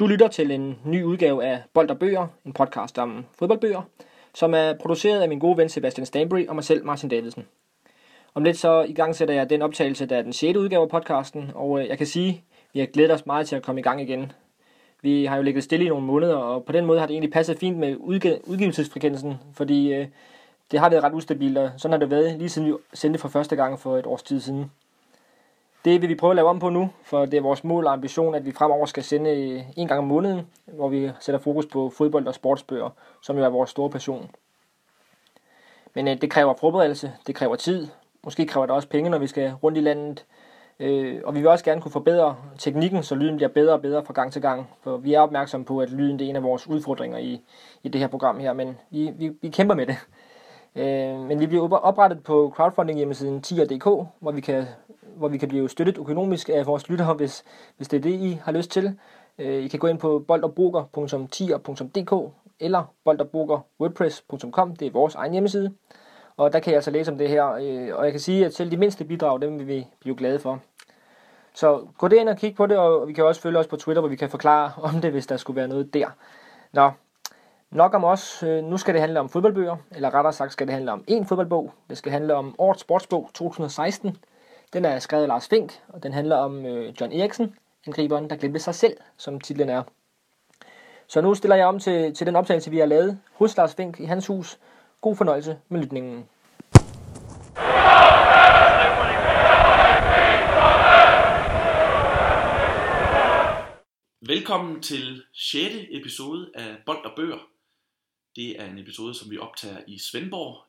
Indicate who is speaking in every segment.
Speaker 1: Du lytter til en ny udgave af Bold og Bøger, en podcast om fodboldbøger, som er produceret af min gode ven Sebastian Stanbury og mig selv, Martin Davidsen. Om lidt så i gang sætter jeg den optagelse, der er den 6. udgave af podcasten, og jeg kan sige, at vi har glædet os meget til at komme i gang igen. Vi har jo ligget stille i nogle måneder, og på den måde har det egentlig passet fint med udgivelsesfrekvensen, fordi det har været ret ustabilt, og sådan har det været lige siden vi sendte for første gang for et års tid siden. Det vil vi prøve at lave om på nu, for det er vores mål og ambition, at vi fremover skal sende en gang om måneden, hvor vi sætter fokus på fodbold og sportsbøger, som jo er vores store passion. Men det kræver forberedelse, det kræver tid, måske kræver det også penge, når vi skal rundt i landet, og vi vil også gerne kunne forbedre teknikken, så lyden bliver bedre og bedre fra gang til gang, for vi er opmærksomme på, at lyden det er en af vores udfordringer i det her program her, men vi kæmper med det. Men vi bliver oprettet på crowdfunding hjemmesiden tier.dk, hvor vi kan blive støttet økonomisk af vores lyttere, hvis det er det, I har lyst til. I kan gå ind på boldogboger.tier.dk eller boldogboger.wordpress.com, det er vores egen hjemmeside. Og der kan jeg altså læse om det her, og jeg kan sige, at selv de mindste bidrag, dem vil vi blive glade for. Så gå derind og kig på det, og vi kan også følge os på Twitter, hvor vi kan forklare om det, hvis der skulle være noget der. Nå, nok om os. Nu skal det handle om fodboldbøger, eller rettere sagt skal det handle om en fodboldbog. Det skal handle om årets sportsbog 2016. Den er skrevet af Lars Fink, og den handler om John Eriksen, angriberen, der glemte sig selv, som titlen er. Så nu stiller jeg om til den optagelse, vi har lavet hos Lars Fink i hans hus. God fornøjelse med lytningen.
Speaker 2: Velkommen til 6. episode af Bold og Bøger. Det er en episode, som vi optager i Svendborg,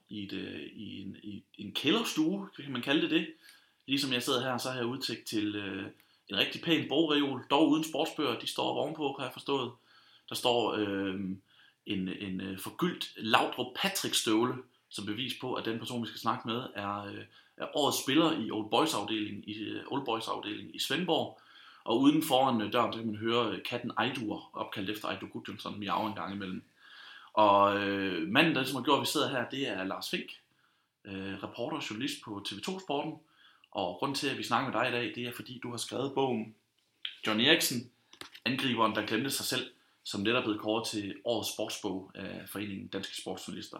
Speaker 2: i en kælderstue, kan man kalde det. Ligesom jeg sidder her, så har jeg udsigt til en rigtig pæn bogreol, dog uden sportsbøger. De står ovenpå, kan jeg forstået. Der står en forgyldt Laudrup Patrick støvle, som bevis på, at den person, vi skal snakke med, er årets spiller i Old Boys afdeling i Svendborg. Og uden foran døren, så kan man høre katten Eidur, opkaldt efter Eidur Gudjonsson, miaver en gang imellem. Og manden, der som har gjort, at vi sidder her, det er Lars Fink, reporter og journalist på TV2 Sporten. Og grunden til, at vi snakker med dig i dag, det er, fordi du har skrevet bogen John Eriksen, angriberen, der glemte sig selv, som netop er blevet kåret til årets sportsbog af Foreningen Danske Sportsjournalister.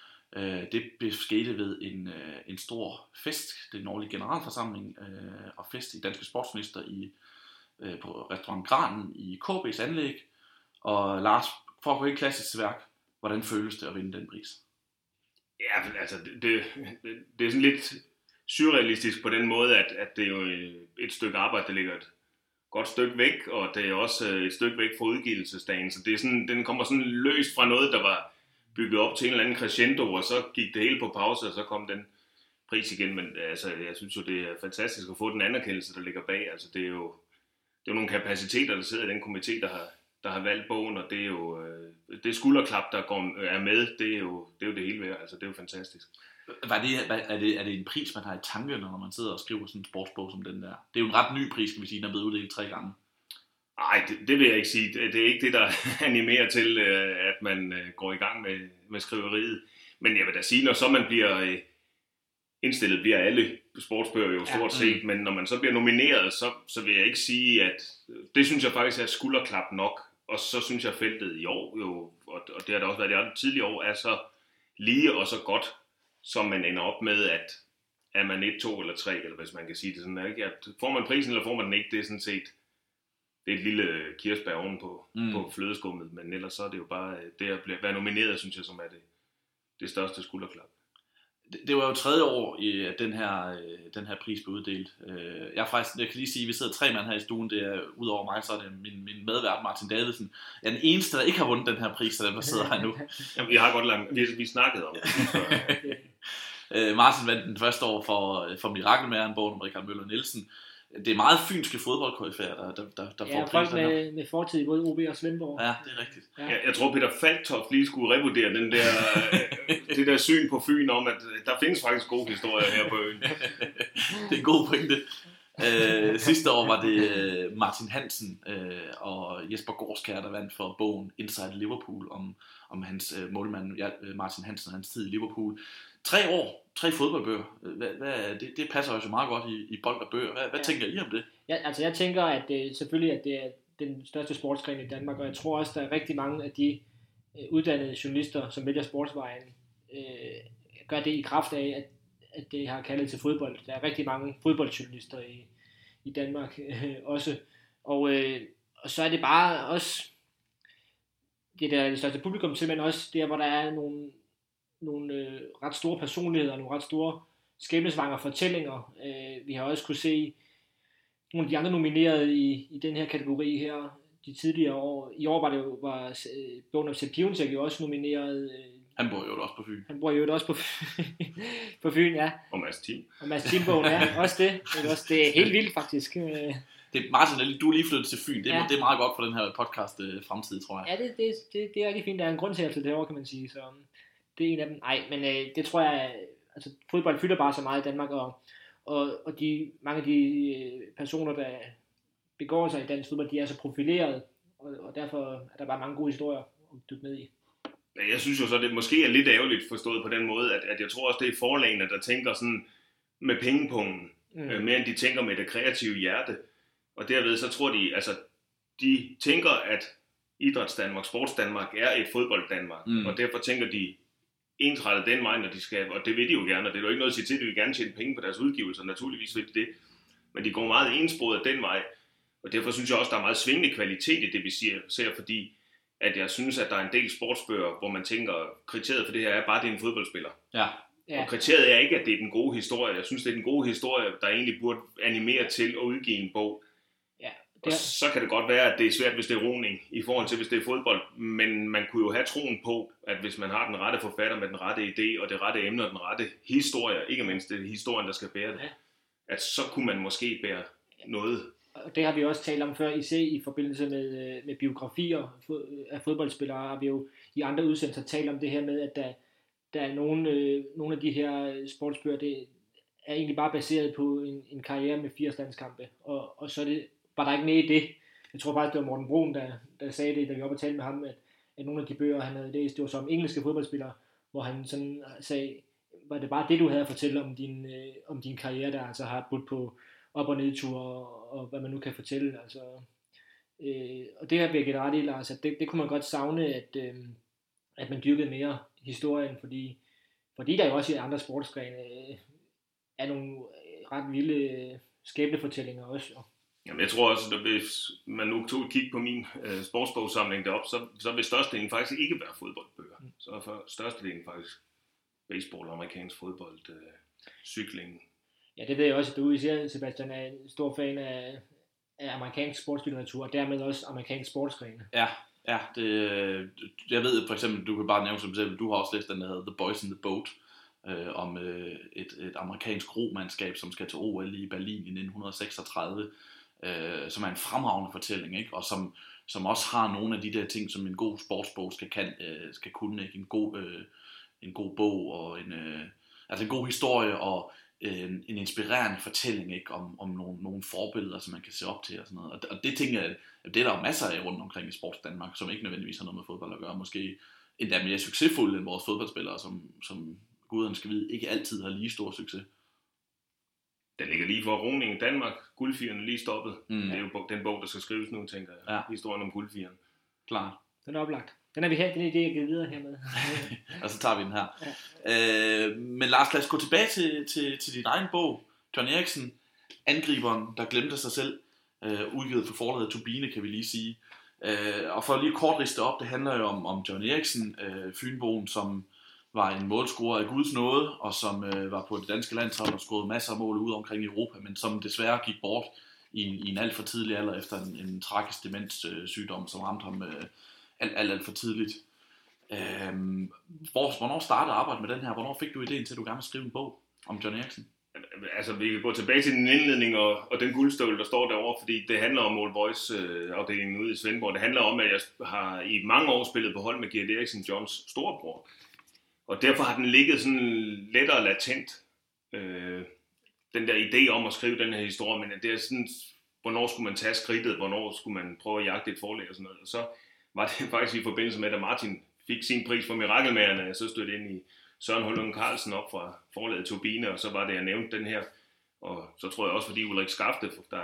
Speaker 2: Det skete ved en stor fest, den årlige generalforsamling og fest i Danske Sportsjournalister på restaurant Granen i KB's anlæg. Og Lars, for at gå helt klassisk til værk, hvordan føles det at vinde den pris?
Speaker 3: Ja, altså det er sådan lidt surrealistisk på den måde, at det er jo et stykke arbejde, der ligger et godt stykke væk, og det er også et stykke væk fra udgivelsesdagen, så det er sådan, den kommer sådan løst fra noget, der var bygget op til en eller anden crescendo, og så gik det hele på pause, og så kom den pris igen, men altså, jeg synes jo, det er fantastisk at få den anerkendelse, der ligger bag, altså det er jo nogle kapaciteter, der sidder i den komité, der har valgt bogen, og det er jo det skulderklap, der er med, det er jo det hele værd, altså det er jo fantastisk.
Speaker 2: Er det en pris, man har i tankerne, når man sidder og skriver sådan en sportsbog som den der? Det er jo en ret ny pris, kan vi sige, den er blevet uddelt 3 gange. Nej,
Speaker 3: det vil jeg ikke sige. Det er ikke det, der animerer til, at man går i gang med skriveriet. Men jeg vil da sige, når så man bliver indstillet, bliver alle sportsbøger jo stort set, men når man så bliver nomineret, så vil jeg ikke sige, at det synes jeg faktisk er skulderklap nok. Og så synes jeg, feltet i år, jo, og det har der også været i andre tidligere år, er så lige og så godt, som man ender op med, at er man 1, 2 eller 3, eller hvis man kan sige det sådan, ikke? At får man prisen, eller får man den ikke, det er sådan set, det er et lille kirsebær ovenpå på flødeskummet, men ellers så er det jo bare, det at være nomineret, synes jeg, som er det største skulderklap.
Speaker 2: Det var jo 3. år, at den her pris blev uddelt. Jeg kan lige sige, at vi sidder 3 mand her i stuen. Det er udover mig, så er det min medvært Martin Davidsen. Jeg er den eneste, der ikke har vundet den her pris, så den der sidder her nu.
Speaker 3: Jamen, jeg har godt langt. Vi snakkede om det.
Speaker 2: Martin vandt den første år for Mirakelmageren, bogen om Richard Møller Nielsen. Det er meget fynske fodboldkoryfærer, der får prisen her.
Speaker 1: Med fortid både OB og Svendborg.
Speaker 2: Ja, det er rigtigt.
Speaker 3: Ja. Jeg tror, Peter Falktoft lige skulle revurdere det der syn på Fyn om, at der findes faktisk gode historier her på øen.
Speaker 2: Det er en god pointe. Sidste år var det Martin Hansen og Jesper Gårdskær, der vandt for bogen Inside Liverpool om hans målmand Martin Hansen og hans tid i Liverpool. 3 år, 3 fodboldbøger. Det passer jo så meget godt i Bold og Bøger. Hvad tænker I om det?
Speaker 1: Ja, altså jeg tænker, at selvfølgelig at det er den største sportsgren i Danmark, og jeg tror også, der er rigtig mange af de uddannede journalister, som vælger sportsvejen, gør det i kraft af, at det har kaldet til fodbold. Der er rigtig mange fodboldjournalister i Danmark også, og så er det bare også det der det største publikum til, men også der, hvor der er nogle ret store personligheder, nogle ret store skæbnesvangre fortællinger. Vi har også kunne se nogle af de andre nominerede i den her kategori her, de tidligere år. I år var det jo bogen om Sepp Piontek jo også nomineret.
Speaker 2: Han bor jo også på Fyn.
Speaker 1: Han bor jo også på Fyn, ja.
Speaker 3: Og Mads Thiem.
Speaker 1: Og Mads Thiem-bogen, ja. Også det. Det er helt vildt, faktisk.
Speaker 2: Det er Martin, du er lige flyttet til Fyn. Det er meget godt for den her podcast fremtid, tror jeg.
Speaker 1: Ja, det er rigtig fint. Der er en grund til at flytte derovre, kan man sige. Så det er en af dem. Nej, men det tror jeg, altså fodbold fylder bare så meget i Danmark, og mange af de personer, der begår sig i dansk fodbold, de er så profileret, og derfor er der bare mange gode historier at dykke ned i.
Speaker 3: Jeg synes jo så, det måske er lidt ærgerligt forstået på den måde, at jeg tror også, det er forlagene, der tænker sådan med pengepungen, mere end de tænker med det kreative hjerte. Og derved så tror de, altså de tænker, at Idræts Danmark, Sports Danmark er et fodbold Danmark, og derfor tænker de ensrettet den vej, når de skal, og det vil de jo gerne, og det er jo ikke noget at sige til, at de vil gerne tjene penge på deres udgivelser, naturligvis vil de det, men de går meget ensporet den vej, og derfor synes jeg også, der er meget svingende kvalitet i det, vi ser, fordi at jeg synes, at der er en del sportsbøger, hvor man tænker, kriteriet for det her er bare, at det er en fodboldspiller.
Speaker 2: Ja.
Speaker 3: Og kriteriet er ikke, at det er den gode historie. Jeg synes, det er den gode historie, der egentlig burde animere til at udgive en bog.
Speaker 1: Ja,
Speaker 3: og så kan det godt være, at det er svært, hvis det er roning, i forhold til, hvis det er fodbold. Men man kunne jo have troen på, at hvis man har den rette forfatter med den rette idé, og det rette emne og den rette historie, ikke mindst det er historien, der skal bære det, at så kunne man måske bære noget.
Speaker 1: Og det har vi også talt om før, i forbindelse med biografier af fodboldspillere, har vi jo i andre udsendelser talt om det her med, at der er nogle af de her sportsbøger, det er egentlig bare baseret på en karriere med 80 landskampe, og så var der ikke mere i det. Jeg tror faktisk, det var Morten Brun, der sagde det, da vi var oppe og talte med ham, at nogle af de bøger, han havde læst, det var som engelske fodboldspillere, hvor han sådan sagde, var det bare det, du havde at fortælle om din karriere, der altså har budt på op- og nedture, og hvad man nu kan fortælle. Altså, og det har Birgit ret i, Lars, at det kunne man godt savne, at man dyrkede mere historien, fordi der jo også i andre sportsgrene er nogle ret vilde skæbnefortællinger også.
Speaker 3: Jamen, jeg tror også, at hvis man nu tog et kig på min sportsbogsamling deroppe, så vil størstedelen faktisk ikke være fodboldbøger. Så er for størstedelen faktisk baseball, amerikansk fodbold, cykling.
Speaker 1: Ja, det ved jeg også, at du siger, Sebastian, er en stor fan af amerikansk sportslitteratur, og dermed også amerikansk sportsgrene.
Speaker 2: Ja, jeg ved for eksempel, du kan bare nævne som eksempel, du har også læst den, der hedder The Boys in the Boat, om et amerikansk romandskab, som skal til OL i Berlin i 1936, som er en fremragende fortælling, ikke? Og som også har nogle af de der ting, som en god sportsbog skal kunne, ikke? En god bog og en god historie og en inspirerende fortælling, ikke? Om nogle forbilleder, som man kan se op til og sådan noget. Og det tænker jeg, det er der jo masser af rundt omkring i Sports Danmark, som ikke nødvendigvis har noget med fodbold at gøre. Måske endda mere succesfulde end vores fodboldspillere, som guderne skal vide, ikke altid har lige stor succes.
Speaker 3: Den ligger lige for roning i Danmark. Guldfirerne lige stoppet. Det er jo den bog, der skal skrives nu, tænker jeg. Ja. Historien om guldfirerne.
Speaker 2: Klart.
Speaker 1: Den er oplagt. Den er vi her, den idé, jeg giver videre hermed.
Speaker 2: Og så tager vi den her. Ja. Men Lars, lad os gå tilbage til din egen bog. John Eriksen, angriberen, der glemte sig selv. Udgivet for forlaget Turbine, kan vi lige sige. Og for lige kort riste op, det handler jo om John Eriksen, Fynboen, som var en målscorer af Guds nåde, og som var på det danske landshold og scorede masser af mål ud omkring i Europa, men som desværre gik bort i en alt for tidlig alder efter en tragisk demenssygdom, som ramte ham alt for tidligt. Hvornår startede arbejdet med den her? Hvornår fik du idéen til, at du gerne vil skrive en bog om John Eriksen?
Speaker 3: Altså, vi kan gå tilbage til den indledning og den guldstøvle, der står derovre, fordi det handler om Old Boys afdelingen ude i Svendborg. Det handler om, at jeg har i mange år spillet på hold med Gert Eriksen, Johns storebror. Og derfor har den ligget sådan lettere latent, den der idé om at skrive den her historie, men det er sådan, hvornår skulle man tage skridtet, hvornår skulle man prøve at jagte et forlæg og sådan noget. Og så var det faktisk i forbindelse med, at Martin fik sin pris for Mirakelmagerne, jeg så stødte ind i Søren Hullund Carlsen op fra forlaget Turbine, og så var det, jeg nævnte den her. Og så tror jeg også, fordi Ulrik Skafte, der er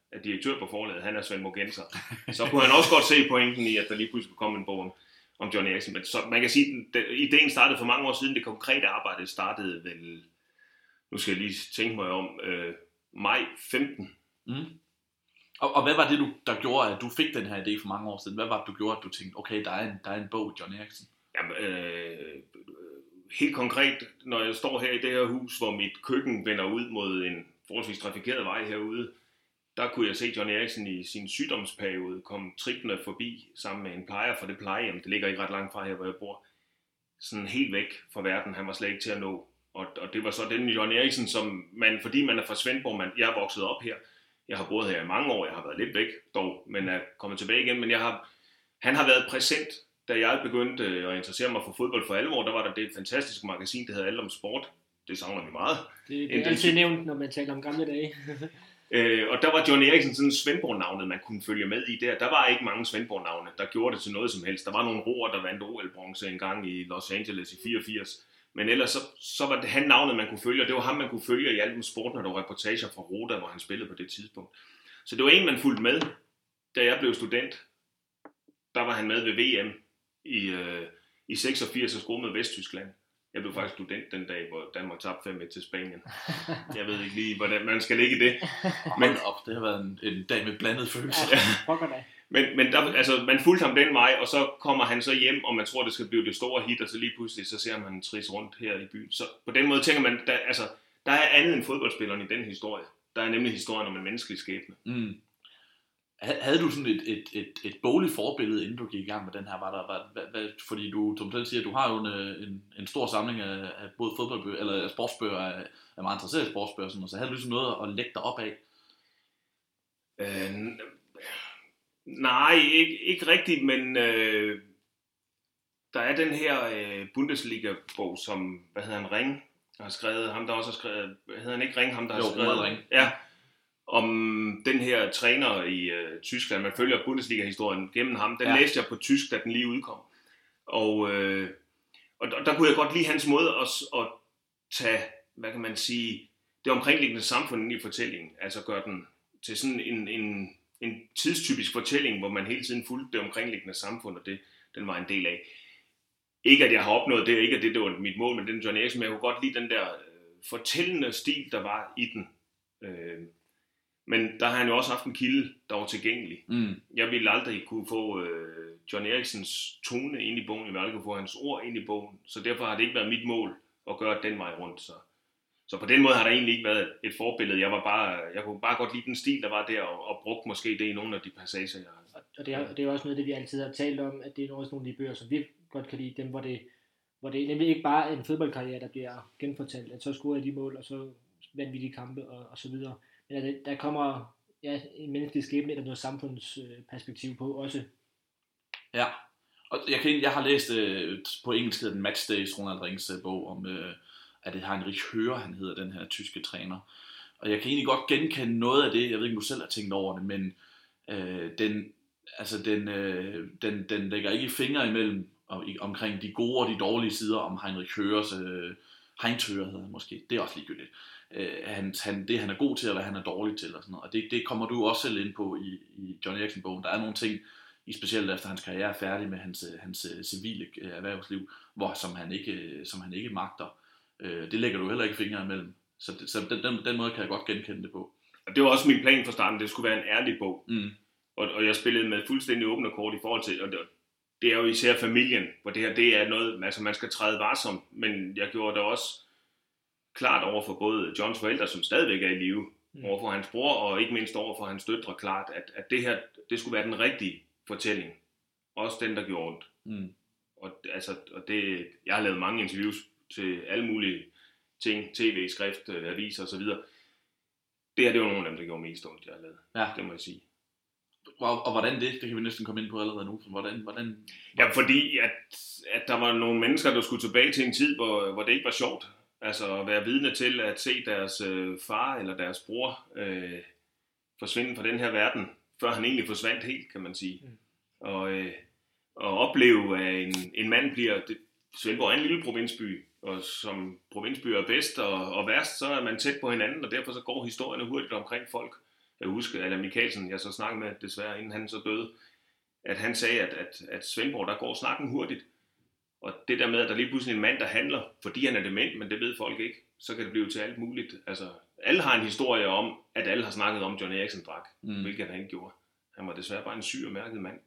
Speaker 3: er direktør på forlaget, han er Svend Mogenser. Så kunne han også godt se pointen i, at der lige pludselig kom en bog om John Eriksen. Men så man kan sige, at ideen startede for mange år siden. Det konkrete arbejde startede vel, nu skal jeg lige tænke mig om, maj 15.
Speaker 2: Og hvad var det, der gjorde, at du fik den her idé for mange år siden? Hvad var det, du gjorde, at du tænkte, okay, der er en bog, John Eriksen?
Speaker 3: Jamen, helt konkret, når jeg står her i det her hus, hvor mit køkken vender ud mod en forholdsvis trafikeret vej herude, der kunne jeg se John Eriksen i sin sygdomsperiode komme trippende forbi sammen med en plejer fra det plejehjem. Det ligger ikke ret langt fra her, hvor jeg bor. Sådan helt væk fra verden. Han var slet ikke til at nå. Og det var så den John Eriksen, som man, fordi man er fra Svendborg, jeg er vokset op her. Jeg har boet her i mange år. Jeg har været lidt væk dog, men er kommet tilbage igen. Men han har været præsent, da jeg begyndte at interessere mig for fodbold for alvor. Der var der det fantastiske magasin, der hedder Alt om Sport. Det savner vi meget.
Speaker 1: Det er altid nævnt, når man taler om gamle dage.
Speaker 3: Og der var John Eriksen sådan Svendborg-navnet, man kunne følge med i der. Der var ikke mange Svendborg-navne, der gjorde det til noget som helst. Der var nogle roer, der vandt OL-bronze en gang i Los Angeles i 84. Men ellers så var det han navnet, man kunne følge, og det var ham, man kunne følge i Alt om Sport, når der var reportager fra Roda, hvor han spillede på det tidspunkt. Så det var en, man fulgte med, da jeg blev student. Der var han med ved VM i 86 og scorede med Vesttyskland. Jeg blev faktisk student den dag, hvor Danmark tabte 5-1 til Spanien. Jeg ved ikke lige, hvordan man skal ligge i det.
Speaker 2: Men det har været en dag med blandede følelser.
Speaker 3: Men der, altså, man fulgte ham den vej, og så kommer han så hjem, og man tror, det skal blive det store hit, og så lige pludselig, så ser man tris rundt her i byen. Så på den måde tænker man, der er andet end fodboldspilleren i den historie. Der er nemlig historien om en menneskelig skæbne.
Speaker 2: Mm. Havde du sådan et bogligt forbillede, inden du gik i gang med den her? Fordi du, som du siger, du har jo en stor samling af både fodboldbøger, eller sportsbøger, af meget interesserede sportsbøger, sådan, så havde du sådan noget at lægge dig op af?
Speaker 3: Nej, ikke rigtigt, men der er den her Bundesliga-bog, som, Ring har skrevet, ham der også har skrevet, hedder han ikke Ring, ham der har skrevet?
Speaker 2: Ring.
Speaker 3: Ja. Om den her træner i Tyskland, man følger Bundesliga-historien gennem ham. Den læste jeg på tysk, da den lige udkom. Og der kunne jeg godt lide hans måde at tage, hvad kan man sige, det omkringliggende samfund ind i fortællingen. Altså gøre den til sådan en tidstypisk fortælling, hvor man hele tiden fulgte det omkringliggende samfund, og den var en del af. Ikke at jeg har opnået det, ikke at det var mit mål med den John Eriksen, men jeg kunne godt lide den der fortællende stil, der var i den. Men der har han jo også haft en kilde, der var tilgængelig. Mm. Jeg ville aldrig kunne få John Eriksens tone ind i bogen, jeg ville aldrig kunne få hans ord ind i bogen, så derfor har det ikke været mit mål at gøre den vej rundt. Så på den måde har der egentlig ikke været et forbillede. Jeg kunne bare godt lide den stil, der var der, og brugte måske det i nogle af de passager, jeg har.
Speaker 1: Og det er også noget, det vi altid har talt om, at det er også nogle af de bøger, som vi godt kan lide, dem hvor det nemlig ikke bare er en fodboldkarriere, der bliver genfortalt, at så scorer jeg de mål, og så vanvittige kampe, og så videre. Men der kommer en menneskelig skæbne eller noget samfundsperspektiv på også.
Speaker 2: Ja, og jeg har læst på engelsk den Matchdays Ronald Rings bog om, at det Heinrich Höher, han hedder, den her tyske træner. Og jeg kan egentlig godt genkende noget af det, jeg ved ikke, om du selv har tænkt over det, men den lægger ikke fingre imellem omkring de gode og de dårlige sider om Heinrich Höhers, Heinz Höher hedder han måske, det er også ligegyldigt. Det han er god til, og hvad han er dårlig til, og sådan noget. Og det kommer du også selv ind på i John Eriksen-bogen. Der er nogle ting, specielt efter hans karriere er færdig med hans civile erhvervsliv, som han ikke magter. Det lægger du heller ikke fingre imellem. Så den måde kan jeg godt genkende det på.
Speaker 3: Og det var også min plan fra starten, det skulle være en ærlig bog. Mm. Og jeg spillede med fuldstændig åbne kort i forhold til, og det er jo især familien, hvor det her, det er noget, altså man skal træde varsomt, men jeg gjorde det også klart over for både Johns forældre, som stadigvæk er i live, over for hans bror, og ikke mindst over for hans døtre, klart, at det her, det skulle være den rigtige fortælling. Også den, der gjorde ondt. Mm. Og det, jeg har lavet mange interviews til alle mulige ting, tv, skrift, aviser osv. Det her, det var nogle af dem, der gjorde mest ondt, jeg har lavet. Ja. Det må jeg sige.
Speaker 2: Og hvordan det kan vi næsten komme ind på allerede nu. Hvordan?
Speaker 3: Ja, fordi at der var nogle mennesker, der skulle tilbage til en tid, hvor det ikke var sjovt. Altså at være vidne til at se deres far eller deres bror forsvinde fra den her verden, før han egentlig forsvandt helt, kan man sige. Mm. Og opleve, at en mand bliver... Svendborg er en lille provinsby, og som provinsbyer er bedst og værst, så er man tæt på hinanden, og derfor så går historierne hurtigt omkring folk. Jeg husker, at Mikkelsen, jeg så snakkede med desværre, inden han så døde, at han sagde, at Svendborg, der går snakken hurtigt. Og det der med, at der lige pludselig er en mand, der handler, fordi han er dement, men det ved folk ikke, så kan det blive til alt muligt. Altså, alle har en historie om, at alle har snakket om, John Eriksen drak, hvilket han ikke gjorde. Han var desværre bare en syg og mærket mand.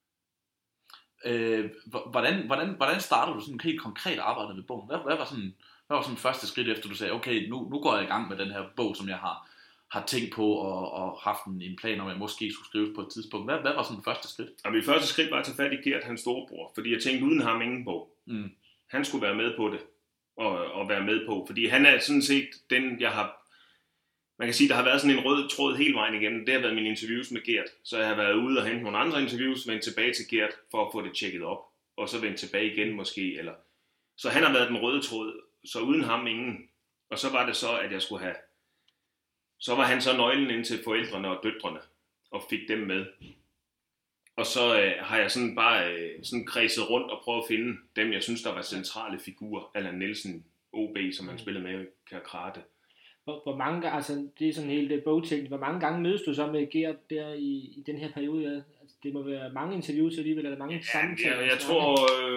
Speaker 2: Hvordan startede du sådan helt konkret arbejde med bogen? Hvad var sådan første skridt efter du sagde, okay, nu går jeg i gang med den her bog, som jeg har tænkt på og haft en plan om, at jeg måske skulle skrive på et tidspunkt. Hvad var sådan første skridt?
Speaker 3: Og mit første skridt var at tage fat i Gert, hans storebror, fordi jeg tænkte, uden ham ingen bog. Han skulle være med på det, og være med på, fordi han er sådan set den, jeg har. Man kan sige, der har været sådan en rød tråd hele vejen igennem. Det har været mine interviews med Gert. Så jeg har været ude og hente nogle andre interviews, vendt tilbage til Gert for at få det tjekket op. Og så vendt tilbage igen måske. Eller. Så han har været den røde tråd. Så uden ham ingen. Og så var det så, at jeg skulle have. Så var han så nøglen ind til forældrene og døtrene. Og fik dem med. Og så har jeg sådan bare sådan kredset rundt og prøvet at finde dem, jeg synes, der var centrale figurer. Allan Nielsen, OB, som han spillede med i Karate.
Speaker 1: Hvor mange, altså det er sådan helt bogtænkt, hvor mange gange mødes du så med Gert der i den her periode? Altså, det må være mange interviews alligevel, eller mange samtaler?
Speaker 3: Jeg tror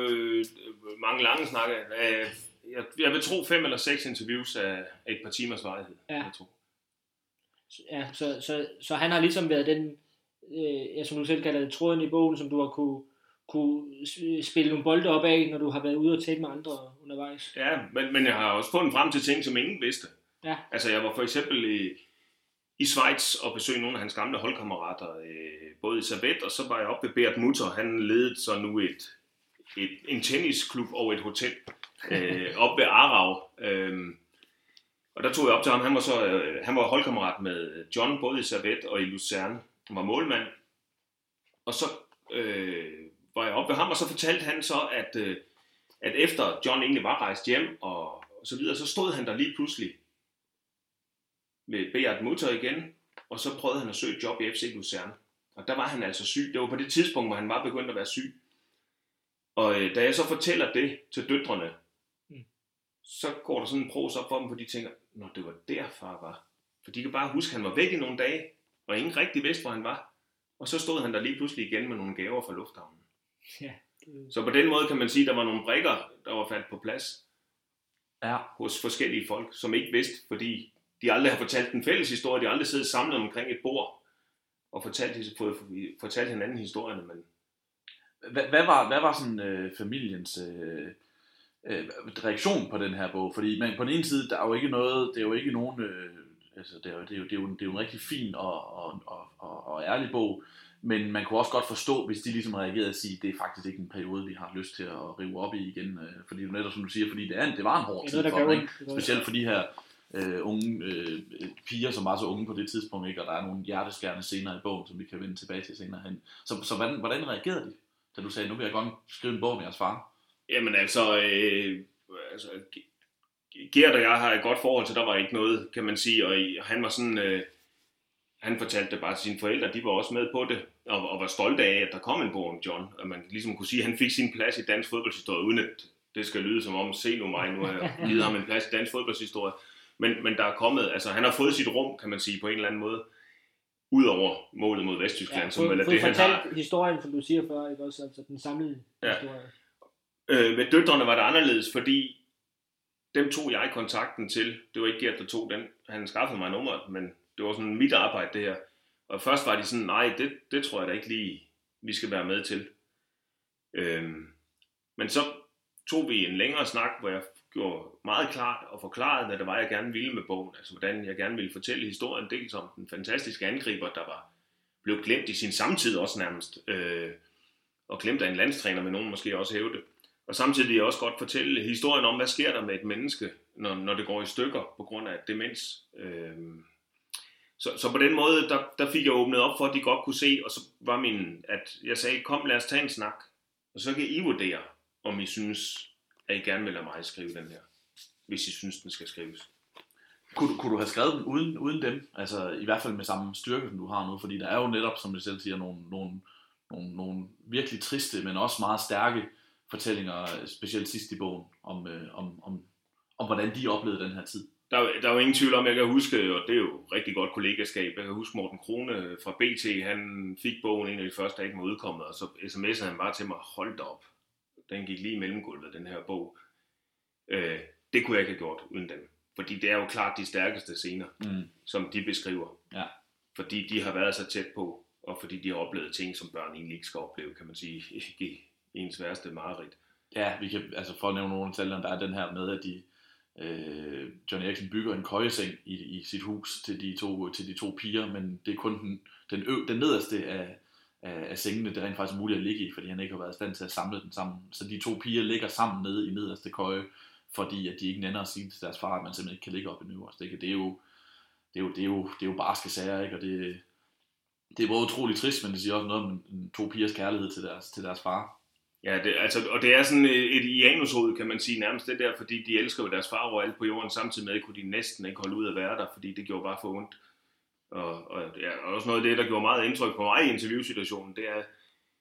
Speaker 3: mange lange snakke. Jeg vil tro 5 eller 6 interviews af et par timers varighed.
Speaker 1: Ja.
Speaker 3: Jeg tror.
Speaker 1: Ja, så han har ligesom været den, som du selv kalder det, tråden i bogen, som du har kunne spille nogle bolde op af, når du har været ude og tale med andre undervejs.
Speaker 3: Ja, men jeg har også fundet frem til ting, som ingen vidste.
Speaker 1: Ja.
Speaker 3: Altså jeg var for eksempel i Schweiz og besøgte nogle af hans gamle holdkammerater, både i Servette, og så var jeg oppe ved Beat Mutter. Han ledede så nu en tennisklub og et hotel oppe ved Aarau. Og der tog jeg op til ham. Han var holdkammerat med John, både i Servette og i Lucerne. Han var målmand. Og så var jeg oppe ved ham, og så fortalte han så, at efter John egentlig var rejst hjem og så videre, så stod han der lige pludselig med Beat Mutter igen, og så prøvede han at søge et job i FC Lucerne. Og der var han altså syg. Det var på det tidspunkt, hvor han var begyndt at være syg. Og da jeg så fortæller det til døtrene, så går der sådan en pros op for dem, for de tænker, nå, det var der far var. For de kan bare huske, at han var væk i nogle dage, og ingen rigtig vidste, hvor han var. Og så stod han der lige pludselig igen med nogle gaver fra lufthavnen.
Speaker 1: Ja.
Speaker 3: Så på den måde kan man sige, at der var nogle brikker, der var faldt på plads hos forskellige folk, som ikke vidste, fordi de aldrig har fortalt en fælles historie, de har aldrig siddet samlet omkring et bord og fortalt hinanden historierne. Men
Speaker 2: Hvad var sådan familiens reaktion på den her bog? Fordi på den ene side, der er jo ikke noget, det er jo ikke nogen, altså det er jo en rigtig fin og ærlig bog, men man kunne også godt forstå, hvis de ligesom reagerede og sige, det er faktisk ikke en periode, vi har lyst til at rive op i igen, fordi det er netop, som du siger, fordi det var en hård tid for dem, ikke? Specielt for de her unge piger, som var så unge på det tidspunkt, ikke? Og der er nogle hjerteskærende scener i bogen, som vi kan vende tilbage til senere hen. Så hvordan reagerede de, da du sagde, nu vil jeg godt skrive en bog med jeres far?
Speaker 3: Jamen altså Gert og jeg har et godt forhold til, der var ikke noget, kan man sige, og han var sådan, han fortalte det bare til sine forældre, de var også med på det, og var stolte af, at der kom en bog om John, og man ligesom kunne sige, at han fik sin plads i dansk fodboldshistorie, uden at det skal lyde som om, se nu mig, nu har jeg givet ham en plads i dansk fodboldshistorie, men der er kommet, altså han har fået sit rum, kan man sige, på en eller anden måde, ud over målet mod Vesttyskland.
Speaker 1: Ja,
Speaker 3: som vel er
Speaker 1: det,
Speaker 3: han har.
Speaker 1: Historien, som du siger før, ikke også, altså den samlede historie.
Speaker 3: Med døtrene var det anderledes, fordi dem tog jeg kontakten til. Det var ikke Gert, der tog den. Han skaffede mig nummeret, men det var sådan mit arbejde, det her. Og først var de sådan, nej, det tror jeg da ikke lige, vi skal være med til. Men så tog vi en længere snak, hvor jeg gjorde meget klart og forklarede, hvad det var, jeg gerne ville med bogen. Altså, hvordan jeg gerne ville fortælle historien, dels om den fantastiske angriber, der blev glemt i sin samtid også nærmest. Og glemt af en landstræner, men nogen måske også hævde. Og samtidig vil jeg også godt fortælle historien om, hvad sker der med et menneske, når det går i stykker på grund af demens. Så på den måde, der fik jeg åbnet op for, at de godt kunne se, og så var at jeg sagde, kom lad os tage en snak, og så kan I vurdere, om I synes, at I gerne vil lade mig skrive den her, hvis I synes, den skal skrives.
Speaker 2: Kunne du have skrevet den uden dem? Altså i hvert fald med samme styrke, som du har nu, fordi der er jo netop, som du selv siger, nogle virkelig triste, men også meget stærke fortællinger, specielt sidst i bogen, om hvordan de oplevede den her tid.
Speaker 3: Der er jo ingen tvivl om, jeg kan huske, og det er jo rigtig godt kollegaskab, jeg kan huske Morten Krone fra BT, han fik bogen en af de første dage, den var udkommet, og så sms'ede han bare til mig, hold da op, den gik lige i mellemgulvet, den her bog. Det kunne jeg ikke have gjort uden dem, fordi det er jo klart de stærkeste scener, som de beskriver, fordi de har været så tæt på, og fordi de har oplevet ting, som børn egentlig ikke skal opleve, kan man sige, i ens værste mareridt.
Speaker 2: Ja, vi kan, altså for at nævne nogle af tallene, der er den her med, at Johnny Eriksen bygger en køjeseng i sit hus til de to piger, men det er kun den nederste af sengene, det rent faktisk er muligt at ligge i, fordi han ikke har været i stand til at samle den sammen. Så de to piger ligger sammen nede i nederste køje, fordi at de ikke nænder at sige til deres far, at man simpelthen ikke kan ligge op i den øverste. Det er jo barske sager, ikke? Og det er både utroligt trist, men det siger også noget om to pigers kærlighed til deres far.
Speaker 3: Ja, og det er sådan et janushoved, kan man sige, nærmest det der, fordi de elsker jo deres far overalt på jorden, samtidig med, kunne de næsten ikke holde ud at være der, fordi det gjorde bare for ondt. Og også noget af det, der gjorde meget indtryk på mig i interviewsituationen, det er,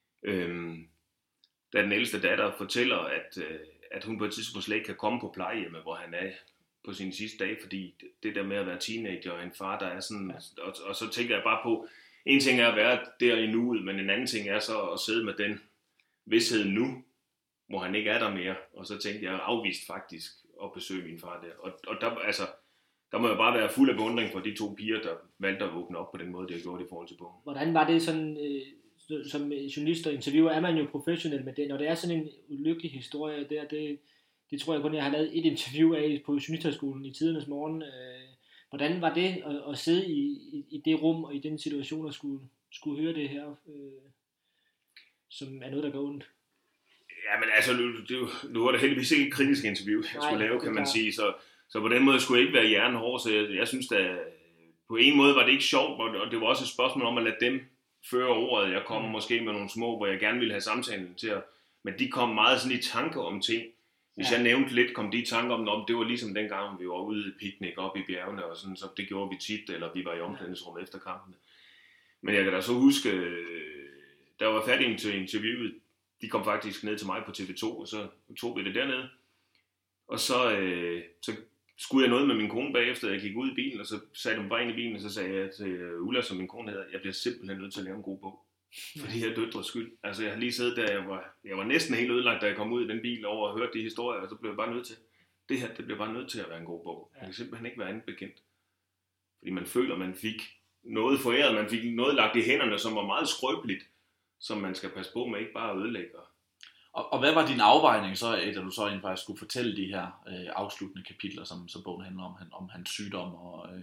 Speaker 3: da den ældste datter fortæller, at hun på et tidspunkt slet ikke kan komme på plejehjemmet, hvor han er på sin sidste dag, fordi det der med at være teenager og en far, der er sådan, og så tænker jeg bare på, en ting er at være der i nuet, men en anden ting er så at sidde med den vidshed nu, hvor han ikke er der mere, og så tænkte jeg afvist faktisk at besøge min far der, og der må jeg bare være fuld af beundring for de to piger, der valgte at åbne op på den måde, de har gjort i forhold til bogen.
Speaker 1: Hvordan var det sådan, som journalist og interviewer, er man jo professionel med det, når det er sådan en ulykkelig historie der, det tror jeg kun, jeg har lavet et interview af på Journalisthøjskolen i tidernes morgen. Hvordan var det at sidde i det rum og i den situation og skulle høre det her, som er noget, der går ondt?
Speaker 3: Ja, men altså, nu var det heldigvis ikke et kritisk interview, jeg skulle lave, kan man sige, så på den måde skulle jeg ikke være jernhård, så jeg synes, at på en måde var det ikke sjovt, og det var også et spørgsmål om at lade dem føre ordet. Jeg kom måske med nogle små, hvor jeg gerne ville have samtalen til at, men de kom meget sådan i tanke om ting. Hvis jeg nævnte lidt, kom de i tanke om, det var ligesom dengang, vi var ude i picnic op i bjergene, og sådan, så det gjorde vi tit, eller vi var i omklædningsrummet efter kampene. Men jeg kan da så huske, der var færdig til interviewet, de kom faktisk ned til mig på TV2, og så tog vi det dernede. Og så skulle jeg noget med min kone bagefter, jeg gik ud i bilen, og så satte hun bare ind i bilen, og så sagde jeg til Ulla, som min kone hedder, jeg bliver simpelthen nødt til at lave en god bog. For de her døtres skyld. Altså jeg har lige siddet der, jeg var næsten helt ødelagt, da jeg kom ud i den bil over og hørte de historier, og så blev jeg bare nødt til, det blev bare nødt til at være en god bog. Jeg kan simpelthen ikke være andet bekendt. Fordi man føler, man fik noget foræret, man fik noget lagt i hænderne, som var meget skrøbeligt, som man skal passe på med, ikke bare ødelægge.
Speaker 2: Og hvad var din afvejning så, da du så egentlig faktisk skulle fortælle de her afsluttende kapitler, som bogen handler om hans sygdom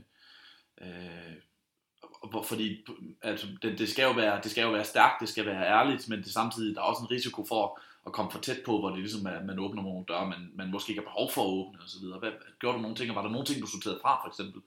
Speaker 2: og fordi altså, det skal jo være stærkt, det skal være ærligt, men det samtidig der er også en risiko for at komme for tæt på, hvor det ligesom er, man åbner nogle døre, man måske ikke har behov for at åbne og så videre. Hvad gjorde du nogle ting, og var der nogle ting du sorterede fra for eksempel?